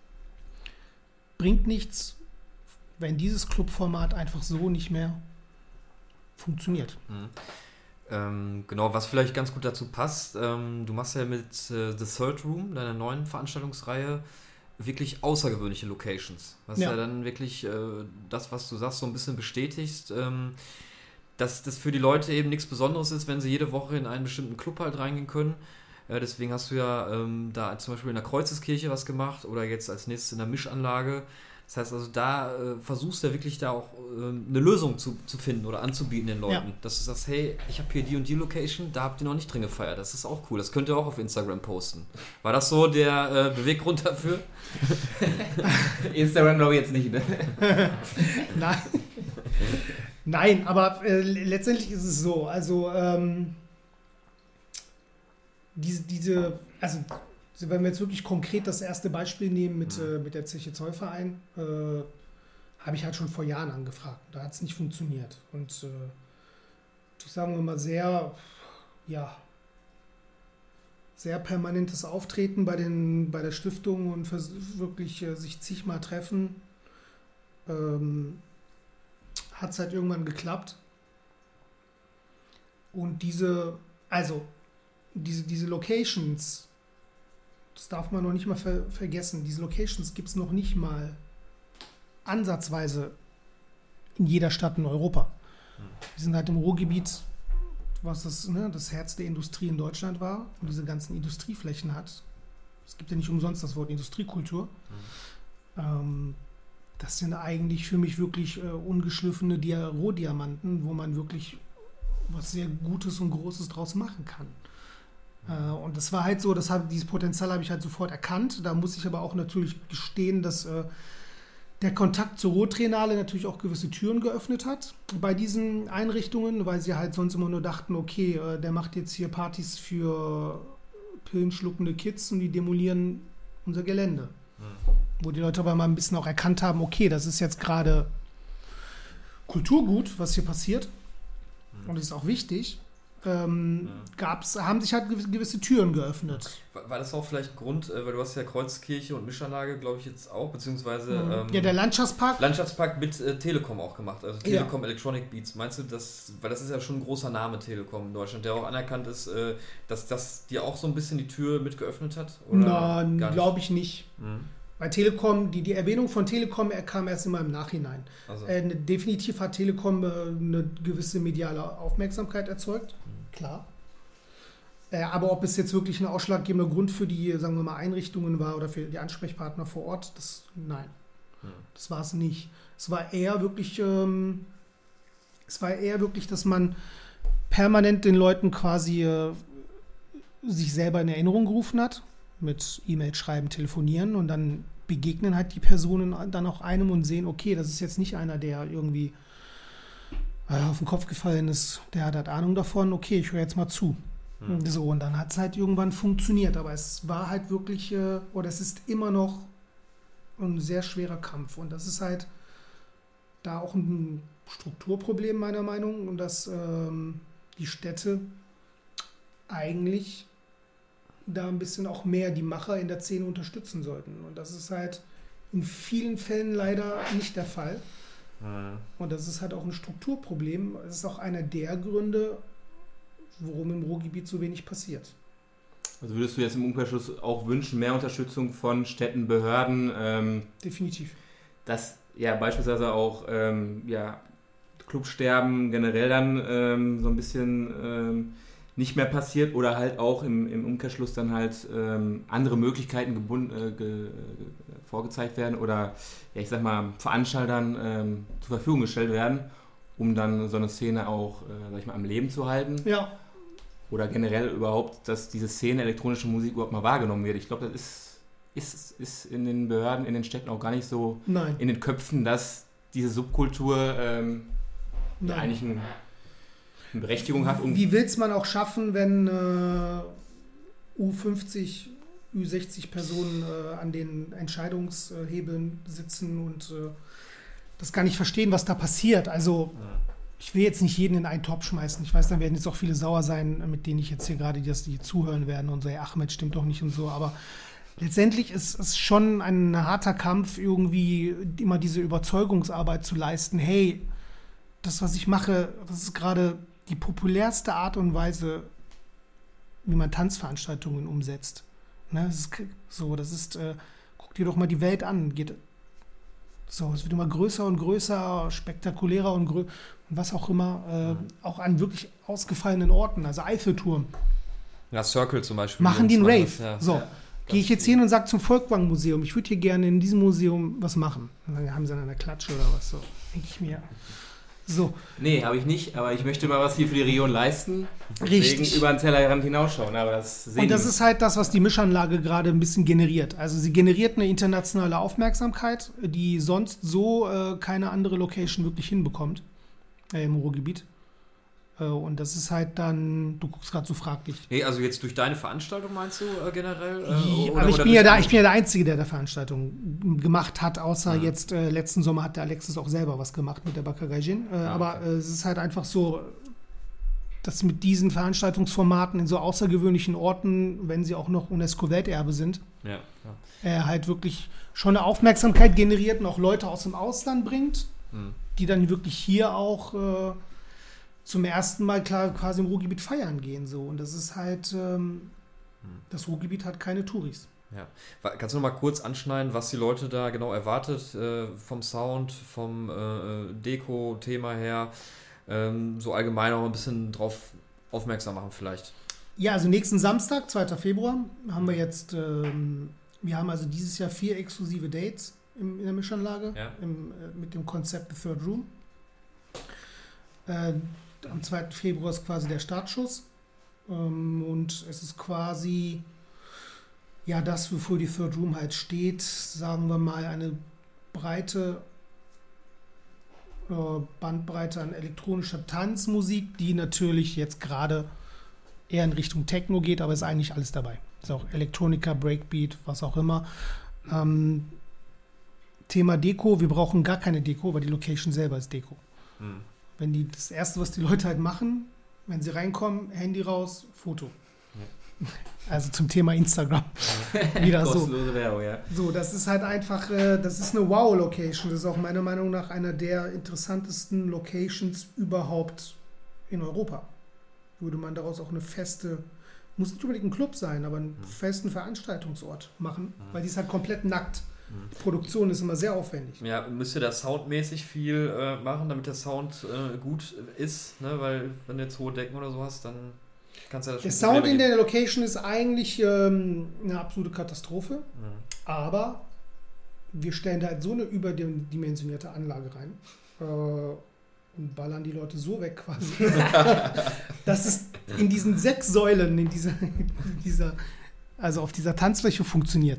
[SPEAKER 3] Bringt nichts, wenn dieses Clubformat einfach so nicht mehr funktioniert.
[SPEAKER 1] Mhm. Ähm, genau, was vielleicht ganz gut dazu passt, ähm, du machst ja mit äh, The Third Room, deiner neuen Veranstaltungsreihe, wirklich außergewöhnliche Locations. Was ja, ja dann wirklich äh, das, was du sagst, so ein bisschen bestätigst, ähm, dass das für die Leute eben nichts Besonderes ist, wenn sie jede Woche in einen bestimmten Club halt reingehen können. Äh, deswegen hast du ja ähm, da zum Beispiel in der Kreuzeskirche was gemacht oder jetzt als nächstes in der Mischanlage. Das heißt also, da äh, versuchst du ja wirklich da auch äh, eine Lösung zu, zu finden oder anzubieten den Leuten. Ja. Dass du sagst, hey, ich habe hier die und die Location, da habt ihr noch nicht drin gefeiert. Das ist auch cool. Das könnt ihr auch auf Instagram posten. War das so der äh, Beweggrund dafür?
[SPEAKER 2] Instagram glaube ich jetzt nicht, ne?
[SPEAKER 3] Nein. Nein, aber äh, letztendlich ist es so. Also, ähm, diese, diese, also wenn wir jetzt wirklich konkret das erste Beispiel nehmen mit, mhm. äh, mit der Zeche Zollverein, äh, habe ich halt schon vor Jahren angefragt. Da hat es nicht funktioniert. Und äh, ich sagen wir mal sehr, ja, sehr permanentes Auftreten bei, den, bei der Stiftung und wirklich äh, sich zigmal treffen. Ähm, hat es halt irgendwann geklappt. Und diese, also diese, diese Locations, das darf man noch nicht mal ver- vergessen, diese Locations gibt es noch nicht mal ansatzweise in jeder Stadt in Europa. Hm. Wir sind halt im Ruhrgebiet, was das, ne, das Herz der Industrie in Deutschland war und diese ganzen Industrieflächen hat. Es gibt ja nicht umsonst das Wort Industriekultur. Hm. Ähm, das sind eigentlich für mich wirklich äh, ungeschliffene Dia- Rohdiamanten, wo man wirklich was sehr Gutes und Großes draus machen kann. Äh, und das war halt so, das hab, dieses Potenzial habe ich halt sofort erkannt. Da muss ich aber auch natürlich gestehen, dass äh, der Kontakt zur Rohtriennale natürlich auch gewisse Türen geöffnet hat bei diesen Einrichtungen, weil sie halt sonst immer nur dachten, okay, äh, der macht jetzt hier Partys für pillenschluckende Kids und die demolieren unser Gelände. Mhm. Wo die Leute aber mal ein bisschen auch erkannt haben, okay, das ist jetzt gerade Kulturgut, was hier passiert. Mhm. Und das ist auch wichtig. Ähm, ja. gab's, haben sich halt gewisse Türen geöffnet.
[SPEAKER 1] War, war das auch vielleicht ein Grund, weil du hast ja Kreuzkirche und Mischanlage, glaube ich, jetzt auch, beziehungsweise...
[SPEAKER 3] Mhm.
[SPEAKER 1] Ähm,
[SPEAKER 3] ja, der Landschaftspark.
[SPEAKER 1] Landschaftspark mit äh, Telekom auch gemacht, also Telekom
[SPEAKER 3] ja.
[SPEAKER 1] Electronic Beats. Meinst du, das, weil das ist ja schon ein großer Name, Telekom in Deutschland, der auch anerkannt ist, äh, dass das dir auch so ein bisschen die Tür mit geöffnet hat?
[SPEAKER 3] Oder Na, glaube ich nicht.
[SPEAKER 1] Mhm.
[SPEAKER 3] Bei Telekom, die, die Erwähnung von Telekom kam erst immer im Nachhinein. Also. Äh, definitiv hat Telekom äh, eine gewisse mediale Aufmerksamkeit erzeugt, mhm. klar. Äh, aber ob es jetzt wirklich ein ausschlaggebender Grund für die, sagen wir mal, Einrichtungen war oder für die Ansprechpartner vor Ort, das, nein, mhm. das war es nicht. Es war eher wirklich, ähm, es war eher wirklich, dass man permanent den Leuten quasi äh, sich selber in Erinnerung gerufen hat, mit E-Mail schreiben, telefonieren und dann begegnen halt die Personen dann auch einem und sehen, okay, das ist jetzt nicht einer, der irgendwie äh, auf den Kopf gefallen ist, der hat halt Ahnung davon, okay, ich höre jetzt mal zu. Mhm. So, und dann hat es halt irgendwann funktioniert, aber es war halt wirklich, äh, oder es ist immer noch ein sehr schwerer Kampf und das ist halt da auch ein Strukturproblem meiner Meinung und dass ähm, die Städte eigentlich da ein bisschen auch mehr die Macher in der Szene unterstützen sollten. Und das ist halt in vielen Fällen leider nicht der Fall. Mhm. Und das ist halt auch ein Strukturproblem. Es ist auch einer der Gründe, warum im Ruhrgebiet so wenig passiert.
[SPEAKER 2] Also würdest du jetzt im Umkehrschluss auch wünschen, mehr Unterstützung von Städten, Behörden? Ähm,
[SPEAKER 3] Definitiv.
[SPEAKER 2] Dass ja beispielsweise auch ähm, ja, Clubsterben generell dann ähm, so ein bisschen ähm, nicht mehr passiert oder halt auch im, im Umkehrschluss dann halt ähm, andere Möglichkeiten gebunden, äh, ge, vorgezeigt werden oder ja, ich sag mal Veranstaltern ähm, zur Verfügung gestellt werden, um dann so eine Szene auch äh, sag ich mal, am Leben zu halten.
[SPEAKER 3] Ja.
[SPEAKER 2] Oder generell überhaupt, dass diese Szene elektronische Musik überhaupt mal wahrgenommen wird. Ich glaube, das ist, ist, ist in den Behörden, in den Städten auch gar nicht so
[SPEAKER 3] Nein.
[SPEAKER 2] in den Köpfen, dass diese Subkultur ähm, ja, eigentlich ein eine Berechtigung hat.
[SPEAKER 3] Um Wie will es man auch schaffen, wenn äh, U fünfzig, U sechzig Personen äh, an den Entscheidungshebeln sitzen und äh, das gar nicht verstehen, was da passiert. Also ich will jetzt nicht jeden in einen Topf schmeißen. Ich weiß, dann werden jetzt auch viele sauer sein, mit denen ich jetzt hier gerade, die, die zuhören werden und so, hey, Ahmed stimmt doch nicht und so, aber letztendlich ist es schon ein harter Kampf, irgendwie immer diese Überzeugungsarbeit zu leisten. Hey, das, was ich mache, das ist gerade die populärste Art und Weise, wie man Tanzveranstaltungen umsetzt. Ne, das ist so, das ist, äh, guck dir doch mal die Welt an. Geht, so, es wird immer größer und größer, spektakulärer und, grö- und was auch immer, äh, mhm. auch an wirklich ausgefallenen Orten, also Eiffelturm.
[SPEAKER 1] Ja, Circle zum Beispiel.
[SPEAKER 3] Machen die einen Rave.
[SPEAKER 1] Ja.
[SPEAKER 3] So, ja, gehe ich jetzt hin und sage zum Volkwang-Museum, ich würde hier gerne in diesem Museum was machen. Und dann haben sie dann eine Klatsche oder was so. Denke ich mir. So.
[SPEAKER 2] Nee, habe ich nicht, aber ich möchte mal was hier für die Region leisten.
[SPEAKER 3] Richtig.
[SPEAKER 2] Deswegen über den Tellerrand hinausschauen. Aber das sehen
[SPEAKER 3] und das ist halt das, was die Mischanlage gerade ein bisschen generiert. Also sie generiert eine internationale Aufmerksamkeit, die sonst so äh, keine andere Location wirklich hinbekommt äh, im Ruhrgebiet. Äh, und das ist halt dann, du guckst gerade so fraglich.
[SPEAKER 1] Hey, also jetzt durch deine Veranstaltung meinst du äh, generell? Äh,
[SPEAKER 3] ja,
[SPEAKER 1] oder,
[SPEAKER 3] aber ich
[SPEAKER 1] oder
[SPEAKER 3] bin, ja da, ich bin ja der Einzige, der der Veranstaltung gemacht hat, außer
[SPEAKER 1] mhm.
[SPEAKER 3] jetzt äh, letzten Sommer hat der Alexis auch selber was gemacht mit der Bakagaijin. Äh,
[SPEAKER 1] ah,
[SPEAKER 3] aber
[SPEAKER 1] okay.
[SPEAKER 3] äh, es ist halt einfach so, dass mit diesen Veranstaltungsformaten in so außergewöhnlichen Orten, wenn sie auch noch UNESCO-Welterbe sind,
[SPEAKER 1] ja, ja.
[SPEAKER 3] er halt wirklich schon eine Aufmerksamkeit generiert und auch Leute aus dem Ausland bringt, mhm. die dann wirklich hier auch äh, zum ersten Mal klar quasi im Ruhrgebiet feiern gehen. So. Und das ist halt, ähm, das Ruhrgebiet hat keine Touris.
[SPEAKER 1] Ja. Kannst du noch mal kurz anschneiden, was die Leute da genau erwartet, äh, vom Sound, vom äh, Deko-Thema her, ähm, so allgemein auch ein bisschen drauf aufmerksam machen vielleicht?
[SPEAKER 3] Ja, also nächsten Samstag, zweiter Februar, haben wir jetzt, ähm, wir haben also dieses Jahr vier exklusive Dates im, in der Mischanlage
[SPEAKER 1] ja.
[SPEAKER 3] im, äh, mit dem Konzept The Third Room. Äh, am zweiten Februar ist quasi der Startschuss ähm, und es ist quasi ja das, wofür die Third Room halt steht, sagen wir mal eine breite äh, Bandbreite an elektronischer Tanzmusik, die natürlich jetzt gerade eher in Richtung Techno geht, aber ist eigentlich alles dabei. Ist auch Elektronika, Breakbeat, was auch immer. Ähm, Thema Deko, wir brauchen gar keine Deko, weil die Location selber ist Deko. Mhm. Wenn die, das Erste, was die Leute halt machen, wenn sie reinkommen, Handy raus, Foto. Ja. Also zum Thema Instagram. Wieder so.
[SPEAKER 2] Kostenlose Werbung, ja.
[SPEAKER 3] So, das ist halt einfach, äh, das ist eine Wow-Location. Das ist auch meiner Meinung nach einer der interessantesten Locations überhaupt in Europa. Würde man daraus auch eine feste, muss nicht unbedingt ein Club sein, aber einen mhm. festen Veranstaltungsort machen, mhm. weil die ist halt komplett nackt. Die Produktion ist immer sehr aufwendig.
[SPEAKER 1] Ja, müsst ihr da soundmäßig viel äh, machen, damit der Sound äh, gut ist, ne? Weil wenn du jetzt hohe Decken oder so hast, dann kannst du ja das schon.
[SPEAKER 3] Der Sound in der Location ist eigentlich ähm, eine absolute Katastrophe, mhm. aber wir stellen da halt so eine überdimensionierte Anlage rein äh, und ballern die Leute so weg quasi, dass es in diesen sechs Säulen, in dieser, in dieser, also auf dieser Tanzfläche funktioniert.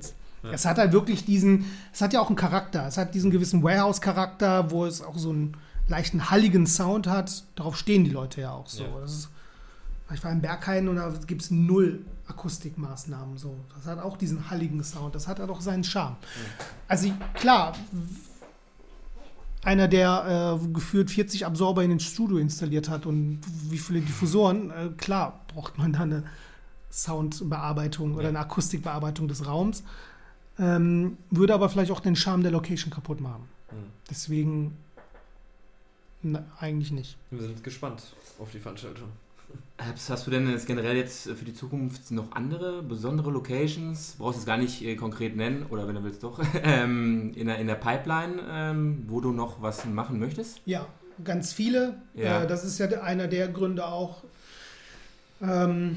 [SPEAKER 3] Ja. Es hat halt wirklich diesen, es hat ja auch einen Charakter. Es hat diesen gewissen Warehouse-Charakter, wo es auch so einen leichten halligen Sound hat. Darauf stehen die Leute ja auch so. Ja. Das ist, ich war in Berghain und da gibt es null Akustikmaßnahmen. So. Das hat auch diesen halligen Sound. Das hat halt auch seinen Charme. Ja. Also klar, einer, der äh, gefühlt vierzig Absorber in den Studio installiert hat und wie viele Diffusoren, äh, klar braucht man da eine Soundbearbeitung ja. oder eine Akustikbearbeitung des Raums. Ähm, würde aber vielleicht auch den Charme der Location kaputt machen. Mhm. Deswegen na, eigentlich nicht.
[SPEAKER 4] Wir sind gespannt auf die Veranstaltung.
[SPEAKER 2] Hast, hast du denn jetzt generell jetzt für die Zukunft noch andere besondere Locations, brauchst du es gar nicht äh, konkret nennen, oder wenn du willst doch, ähm, in, der, in der Pipeline, ähm, wo du noch was machen möchtest?
[SPEAKER 3] Ja, ganz viele. Ja. Äh, das ist ja einer der Gründe auch ähm,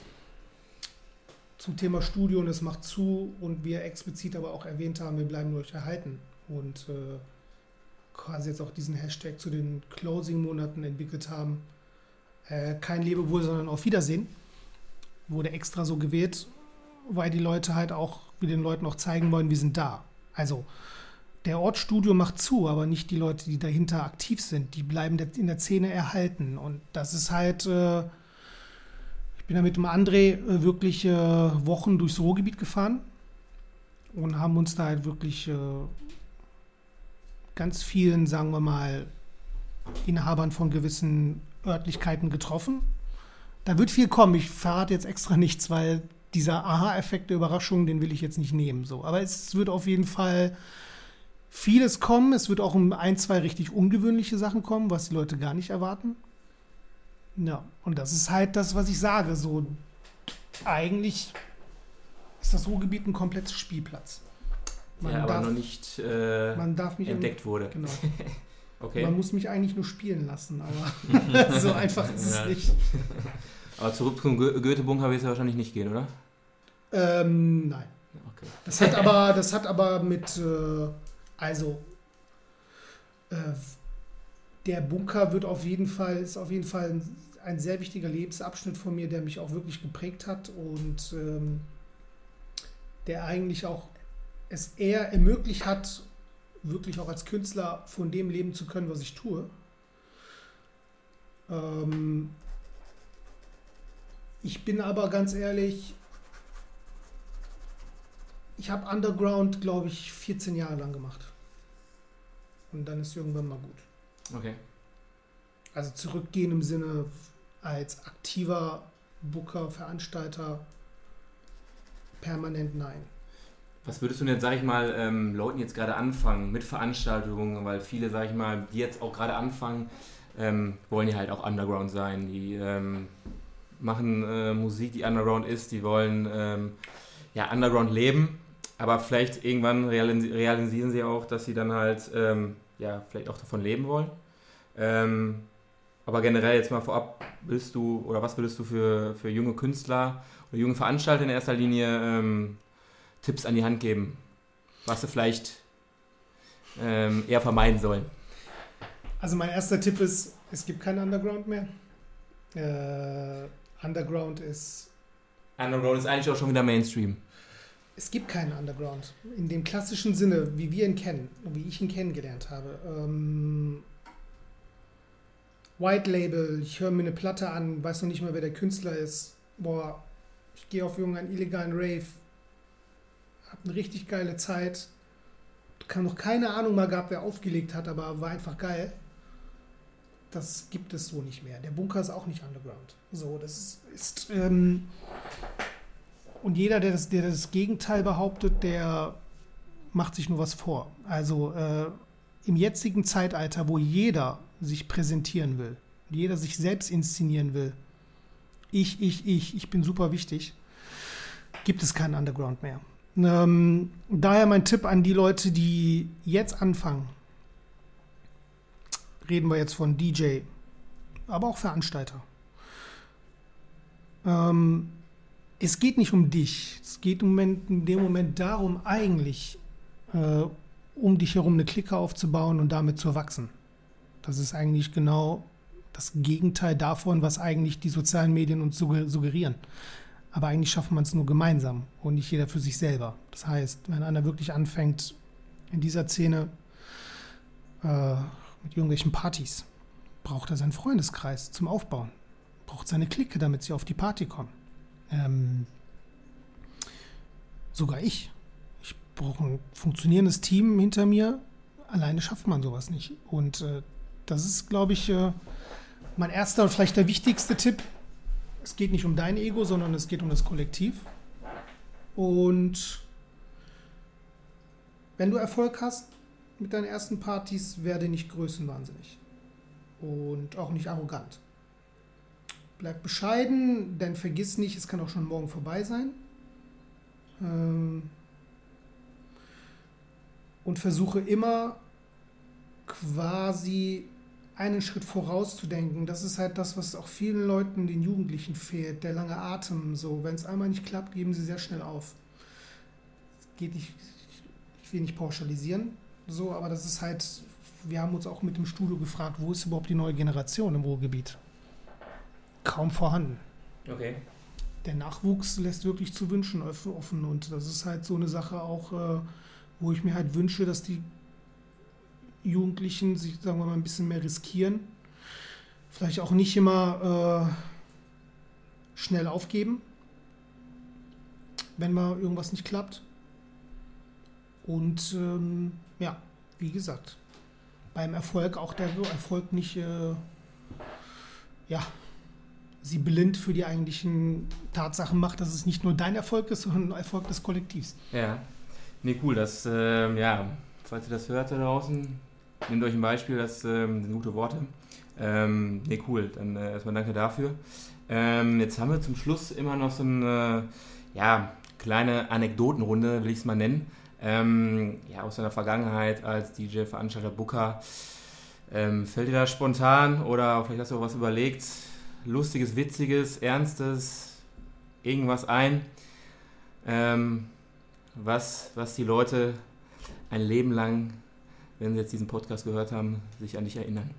[SPEAKER 3] zum Thema Studio, und es macht zu, und wir explizit aber auch erwähnt haben, wir bleiben euch erhalten. Und äh, quasi jetzt auch diesen Hashtag zu den Closing-Monaten entwickelt haben. Äh, kein Lebewohl, sondern auf Wiedersehen. Wurde extra so gewählt, weil die Leute halt auch, wir den Leuten auch zeigen wollen, wir sind da. Also der Ort Studio macht zu, aber nicht die Leute, die dahinter aktiv sind. Die bleiben in der Szene erhalten. Und das ist halt, äh, ich bin da mit dem André äh, wirklich äh, Wochen durchs Ruhrgebiet gefahren und haben uns da halt wirklich äh, ganz vielen, sagen wir mal, Inhabern von gewissen Örtlichkeiten getroffen. Da wird viel kommen. Ich verrate jetzt extra nichts, weil dieser Aha-Effekt der Überraschung, den will ich jetzt nicht nehmen. So. Aber es wird auf jeden Fall vieles kommen. Es wird auch um ein, zwei richtig ungewöhnliche Sachen kommen, was die Leute gar nicht erwarten. Ja, und das ist halt das, was ich sage. So, eigentlich ist das Ruhrgebiet ein komplettes Spielplatz.
[SPEAKER 2] Man ja, aber darf, noch nicht äh,
[SPEAKER 3] man darf mich
[SPEAKER 2] entdeckt
[SPEAKER 3] im,
[SPEAKER 2] wurde.
[SPEAKER 3] Genau.
[SPEAKER 2] Okay.
[SPEAKER 3] Man muss mich eigentlich nur spielen lassen, aber so einfach ist
[SPEAKER 2] ja.
[SPEAKER 3] es nicht.
[SPEAKER 2] Aber zurück zum Go- Goethe-Bunker wird es ja wahrscheinlich nicht gehen, oder?
[SPEAKER 3] Ähm, nein.
[SPEAKER 2] Okay.
[SPEAKER 3] Das hat aber, das hat aber mit, äh, also äh, der Bunker wird auf jeden Fall, ist auf jeden Fall ein, ein sehr wichtiger Lebensabschnitt von mir, der mich auch wirklich geprägt hat und ähm, der eigentlich auch es eher ermöglicht hat, wirklich auch als Künstler von dem leben zu können, was ich tue. Ähm ich bin aber ganz ehrlich, ich habe Underground, glaube ich, vierzehn Jahre lang gemacht. Und dann ist irgendwann mal gut.
[SPEAKER 2] Okay.
[SPEAKER 3] Also zurückgehen im Sinne als aktiver Booker, Veranstalter, permanent nein.
[SPEAKER 2] Was würdest du denn jetzt, sag ich mal, ähm, Leuten jetzt gerade anfangen mit Veranstaltungen, weil viele, sag ich mal, die jetzt auch gerade anfangen, ähm, wollen ja halt auch Underground sein, die ähm, machen äh, Musik, die Underground ist, die wollen ähm, ja Underground leben, aber vielleicht irgendwann realisi- realisieren sie auch, dass sie dann halt ähm, ja vielleicht auch davon leben wollen. Ähm, aber generell jetzt mal vorab, willst du, oder was würdest du für, für junge Künstler oder junge Veranstalter in erster Linie ähm, Tipps an die Hand geben, was sie vielleicht ähm, eher vermeiden sollen?
[SPEAKER 3] Also mein erster Tipp ist, es gibt kein Underground mehr. Äh, Underground ist...
[SPEAKER 2] Underground ist eigentlich auch schon wieder Mainstream.
[SPEAKER 3] Es gibt keinen Underground. In dem klassischen Sinne, wie wir ihn kennen, wie ich ihn kennengelernt habe. Ähm, White Label, ich höre mir eine Platte an, weiß noch nicht mal, wer der Künstler ist. Boah, ich gehe auf irgendeinen illegalen Rave, habe eine richtig geile Zeit. Ich habe noch keine Ahnung mal gehabt, wer aufgelegt hat, aber war einfach geil. Das gibt es so nicht mehr. Der Bunker ist auch nicht Underground. So, das ist, ist ähm, und jeder, der das, der das Gegenteil behauptet, der macht sich nur was vor. Also äh, im jetzigen Zeitalter, wo jeder sich präsentieren will, jeder sich selbst inszenieren will, ich, ich, ich, ich bin super wichtig, gibt es keinen Underground mehr. Ähm, daher mein Tipp an die Leute, die jetzt anfangen. Reden wir jetzt von D J, aber auch Veranstalter. Ähm, es geht nicht um dich. Es geht im Moment, in dem Moment darum, eigentlich äh, um dich herum eine Clique aufzubauen und damit zu wachsen. Das ist eigentlich genau das Gegenteil davon, was eigentlich die sozialen Medien uns suggerieren. Aber eigentlich schafft man es nur gemeinsam und nicht jeder für sich selber. Das heißt, wenn einer wirklich anfängt, in dieser Szene äh, mit irgendwelchen Partys, braucht er seinen Freundeskreis zum Aufbauen. Braucht seine Clique, damit sie auf die Party kommen. Ähm, sogar ich. Ich brauche ein funktionierendes Team hinter mir. Alleine schafft man sowas nicht. Und äh, das ist, glaube ich, äh, mein erster und vielleicht der wichtigste Tipp. Es geht nicht um dein Ego, sondern es geht um das Kollektiv. Und wenn du Erfolg hast mit deinen ersten Partys, werde nicht größenwahnsinnig. Und auch nicht arrogant. Bleib bescheiden, denn vergiss nicht, es kann auch schon morgen vorbei sein. Ähm und versuche immer quasi einen Schritt vorauszudenken. Das ist halt das, was auch vielen Leuten, den Jugendlichen fehlt, der lange Atem. So, wenn es einmal nicht klappt, geben sie sehr schnell auf. Geht nicht, ich will nicht pauschalisieren, so, aber das ist halt, wir haben uns auch mit dem Studio gefragt, wo ist überhaupt die neue Generation im Ruhrgebiet? Kaum vorhanden.
[SPEAKER 2] Okay.
[SPEAKER 3] Der Nachwuchs lässt wirklich zu wünschen offen und das ist halt so eine Sache auch, äh, wo ich mir halt wünsche, dass die Jugendlichen sich, sagen wir mal, ein bisschen mehr riskieren. Vielleicht auch nicht immer äh, schnell aufgeben, wenn mal irgendwas nicht klappt. Und ähm, ja, wie gesagt, beim Erfolg auch der Erfolg nicht äh, ja, sie blind für die eigentlichen Tatsachen macht, dass es nicht nur dein Erfolg ist, sondern ein Erfolg des Kollektivs.
[SPEAKER 2] Ja, nee, cool, das, ähm, ja, falls ihr das hört da draußen, nehmt euch ein Beispiel, das ähm, sind gute Worte. Ähm, nee, cool, dann äh, erstmal danke dafür. Ähm, jetzt haben wir zum Schluss immer noch so eine, ja, kleine Anekdotenrunde, will ich es mal nennen. Ähm, ja, aus deiner Vergangenheit als D J, Veranstalter, Booker. Ähm, fällt dir da spontan oder vielleicht hast du auch was überlegt, Lustiges, Witziges, Ernstes, irgendwas ein, ähm, was, was die Leute ein Leben lang, wenn sie jetzt diesen Podcast gehört haben, sich an dich erinnern?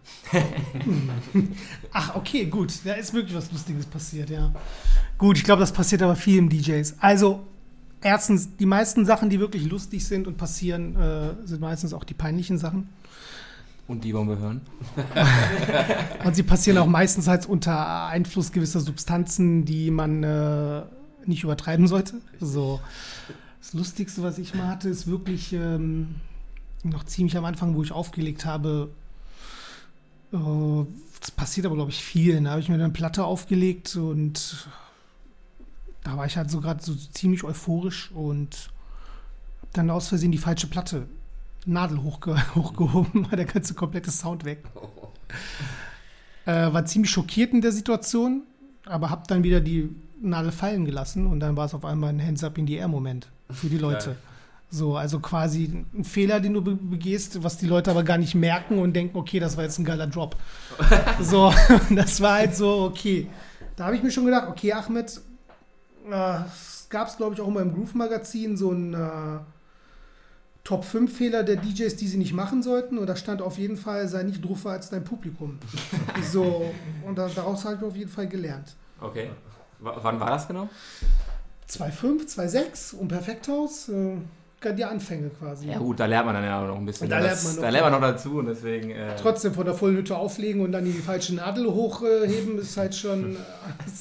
[SPEAKER 3] Ach, okay, gut. Da ist wirklich was Lustiges passiert, ja. Gut, ich glaube, das passiert aber vielen D Js. Also, erstens, die meisten Sachen, die wirklich lustig sind und passieren, äh, sind meistens auch die peinlichen Sachen.
[SPEAKER 2] Und die wollen wir hören.
[SPEAKER 3] Und sie passieren auch meistens halt unter Einfluss gewisser Substanzen, die man äh, nicht übertreiben sollte. So, das Lustigste, was ich mal hatte, ist wirklich ähm, noch ziemlich am Anfang, wo ich aufgelegt habe. Äh, das passiert aber, glaube ich, viel. Da habe ich mir eine Platte aufgelegt und da war ich halt so gerade so ziemlich euphorisch und habe dann aus Versehen die falsche Platte Nadel hochge hochgehoben, war der ganze komplette Sound weg. Äh, war ziemlich schockiert in der Situation, aber hab dann wieder die Nadel fallen gelassen und dann war es auf einmal ein Hands-up-in-the-air-Moment für die Leute. Ja. So, also quasi ein Fehler, den du be begehst, was die Leute aber gar nicht merken und denken, okay, das war jetzt ein geiler Drop. So, das war halt so, okay. Da habe ich mir schon gedacht, okay, Ahmed, äh, gab es, glaube ich, auch immer im Groove-Magazin so ein äh, Top fünf Fehler der D Js, die sie nicht machen sollten. Und da stand auf jeden Fall, sei nicht druffer als dein Publikum. So, und da, daraus habe ich auf jeden Fall gelernt.
[SPEAKER 2] Okay. W wann war das genau?
[SPEAKER 3] zwei Komma fünf, zwei Komma sechs und Perfekthaus. Äh, die Anfänge quasi.
[SPEAKER 2] Ja gut, da lernt man dann ja noch ein bisschen.
[SPEAKER 3] Da,
[SPEAKER 2] das,
[SPEAKER 3] lernt man, noch
[SPEAKER 2] da lernt man noch dazu und deswegen... Äh
[SPEAKER 3] Trotzdem von der Vollhütte auflegen und dann die falsche Nadel hochheben, ist halt schon... Äh,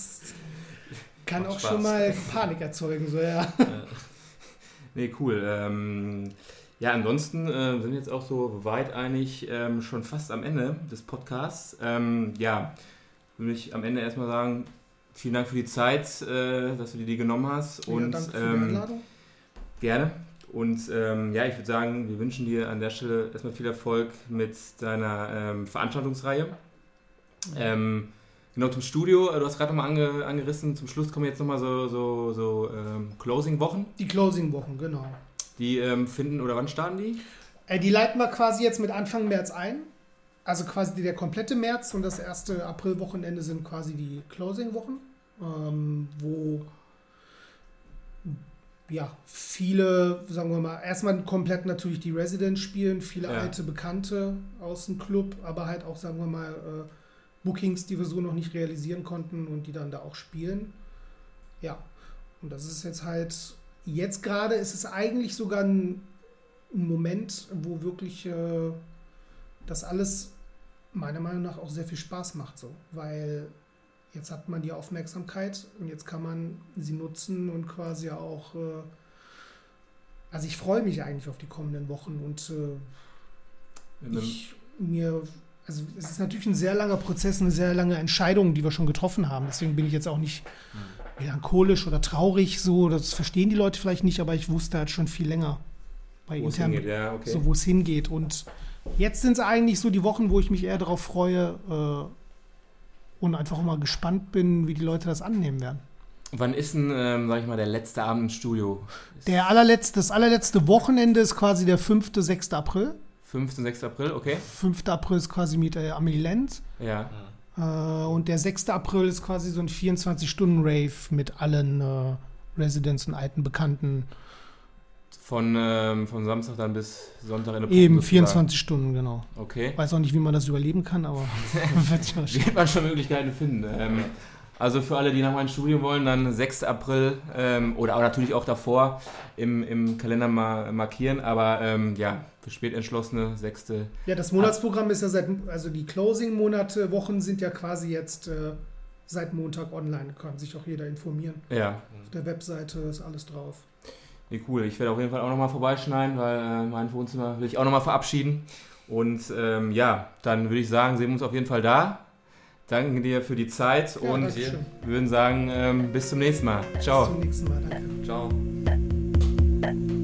[SPEAKER 3] kann Macht auch Spaß. Schon mal Panik erzeugen. So, ja.
[SPEAKER 2] Nee, cool. Ähm, ja, ansonsten äh, sind wir jetzt auch so weit eigentlich ähm, schon fast am Ende des Podcasts. Ähm, ja, würde ich am Ende erstmal sagen, vielen Dank für die Zeit, äh, dass du dir die genommen hast.
[SPEAKER 3] Ja,
[SPEAKER 2] und,
[SPEAKER 3] danke für
[SPEAKER 2] ähm,
[SPEAKER 3] die Einladung.
[SPEAKER 2] Gerne. Und ähm, ja, ich würde sagen, wir wünschen dir an der Stelle erstmal viel Erfolg mit deiner ähm, Veranstaltungsreihe. Ja. Ähm, genau, zum Studio, du hast gerade nochmal ange, angerissen, zum Schluss kommen jetzt nochmal so, so, so ähm, Closing-Wochen.
[SPEAKER 3] Die Closing-Wochen, genau.
[SPEAKER 2] Die ähm, finden, oder wann starten die?
[SPEAKER 3] Äh, die leiten wir quasi jetzt mit Anfang März ein. Also quasi der komplette März und das erste Aprilwochenende sind quasi die Closing-Wochen, ähm, wo ja viele, sagen wir mal, erstmal komplett natürlich die Residents spielen, viele ja. alte Bekannte aus dem Club, aber halt auch, sagen wir mal, äh, Bookings, die wir so noch nicht realisieren konnten und die dann da auch spielen. Ja, Und das ist jetzt halt, jetzt gerade ist es eigentlich sogar ein, ein Moment, wo wirklich äh, das alles meiner Meinung nach auch sehr viel Spaß macht, so, weil jetzt hat man die Aufmerksamkeit und jetzt kann man sie nutzen und quasi auch, äh, also ich freue mich eigentlich auf die kommenden Wochen und äh, ich mir, also es ist natürlich ein sehr langer Prozess, eine sehr lange Entscheidung, die wir schon getroffen haben, deswegen bin ich jetzt auch nicht melancholisch oder traurig, so, das verstehen die Leute vielleicht nicht, aber ich wusste halt schon viel länger bei
[SPEAKER 2] Wo es
[SPEAKER 3] intern,
[SPEAKER 2] hingeht, ja, okay.
[SPEAKER 3] so wo es hingeht und jetzt sind es eigentlich so die Wochen, wo ich mich eher darauf freue äh, und einfach mal gespannt bin, wie die Leute das annehmen werden.
[SPEAKER 2] Wann ist denn, ähm, sag ich mal, der letzte Abend im Studio?
[SPEAKER 3] Der allerletzte, das allerletzte Wochenende ist quasi der fünfte, sechste April.
[SPEAKER 2] fünften, sechsten April, okay.
[SPEAKER 3] fünfter April ist quasi mit äh, Amelie Lenz.
[SPEAKER 2] Ja.
[SPEAKER 3] Äh, und der sechste April ist quasi so ein vierundzwanzig-Stunden-Rave mit allen äh, Residents und alten Bekannten.
[SPEAKER 2] Von, ähm, von Samstag dann bis Sonntag in der
[SPEAKER 3] Eben,
[SPEAKER 2] sozusagen.
[SPEAKER 3] vierundzwanzig Stunden, genau.
[SPEAKER 2] Okay.
[SPEAKER 3] Weiß auch nicht, wie man das überleben kann, aber wird sich wahrscheinlich.
[SPEAKER 2] Wird man schon Möglichkeiten finden. Ähm, also für alle, die nach meinem Studio wollen, dann sechster April ähm, oder auch natürlich auch davor im, im Kalender mal markieren. Aber ähm, ja, für Spätentschlossene, sechste
[SPEAKER 3] Ja, das Monatsprogramm ist ja seit, also die Closing-Monate, Wochen sind ja quasi jetzt äh, seit Montag online. Kann sich auch jeder informieren.
[SPEAKER 2] Ja.
[SPEAKER 3] Auf der Webseite ist alles drauf.
[SPEAKER 2] Nee, cool. Ich werde auf jeden Fall auch nochmal vorbeischneiden, weil äh, mein Wohnzimmer will ich auch nochmal verabschieden. Und ähm, ja, dann würde ich sagen, sehen wir uns auf jeden Fall da. Danke dir für die Zeit
[SPEAKER 3] Ja,
[SPEAKER 2] und
[SPEAKER 3] danke schön.
[SPEAKER 2] wir würden sagen, ähm, bis zum nächsten Mal. Ciao.
[SPEAKER 3] Bis zum nächsten Mal. Danke.
[SPEAKER 2] Ciao.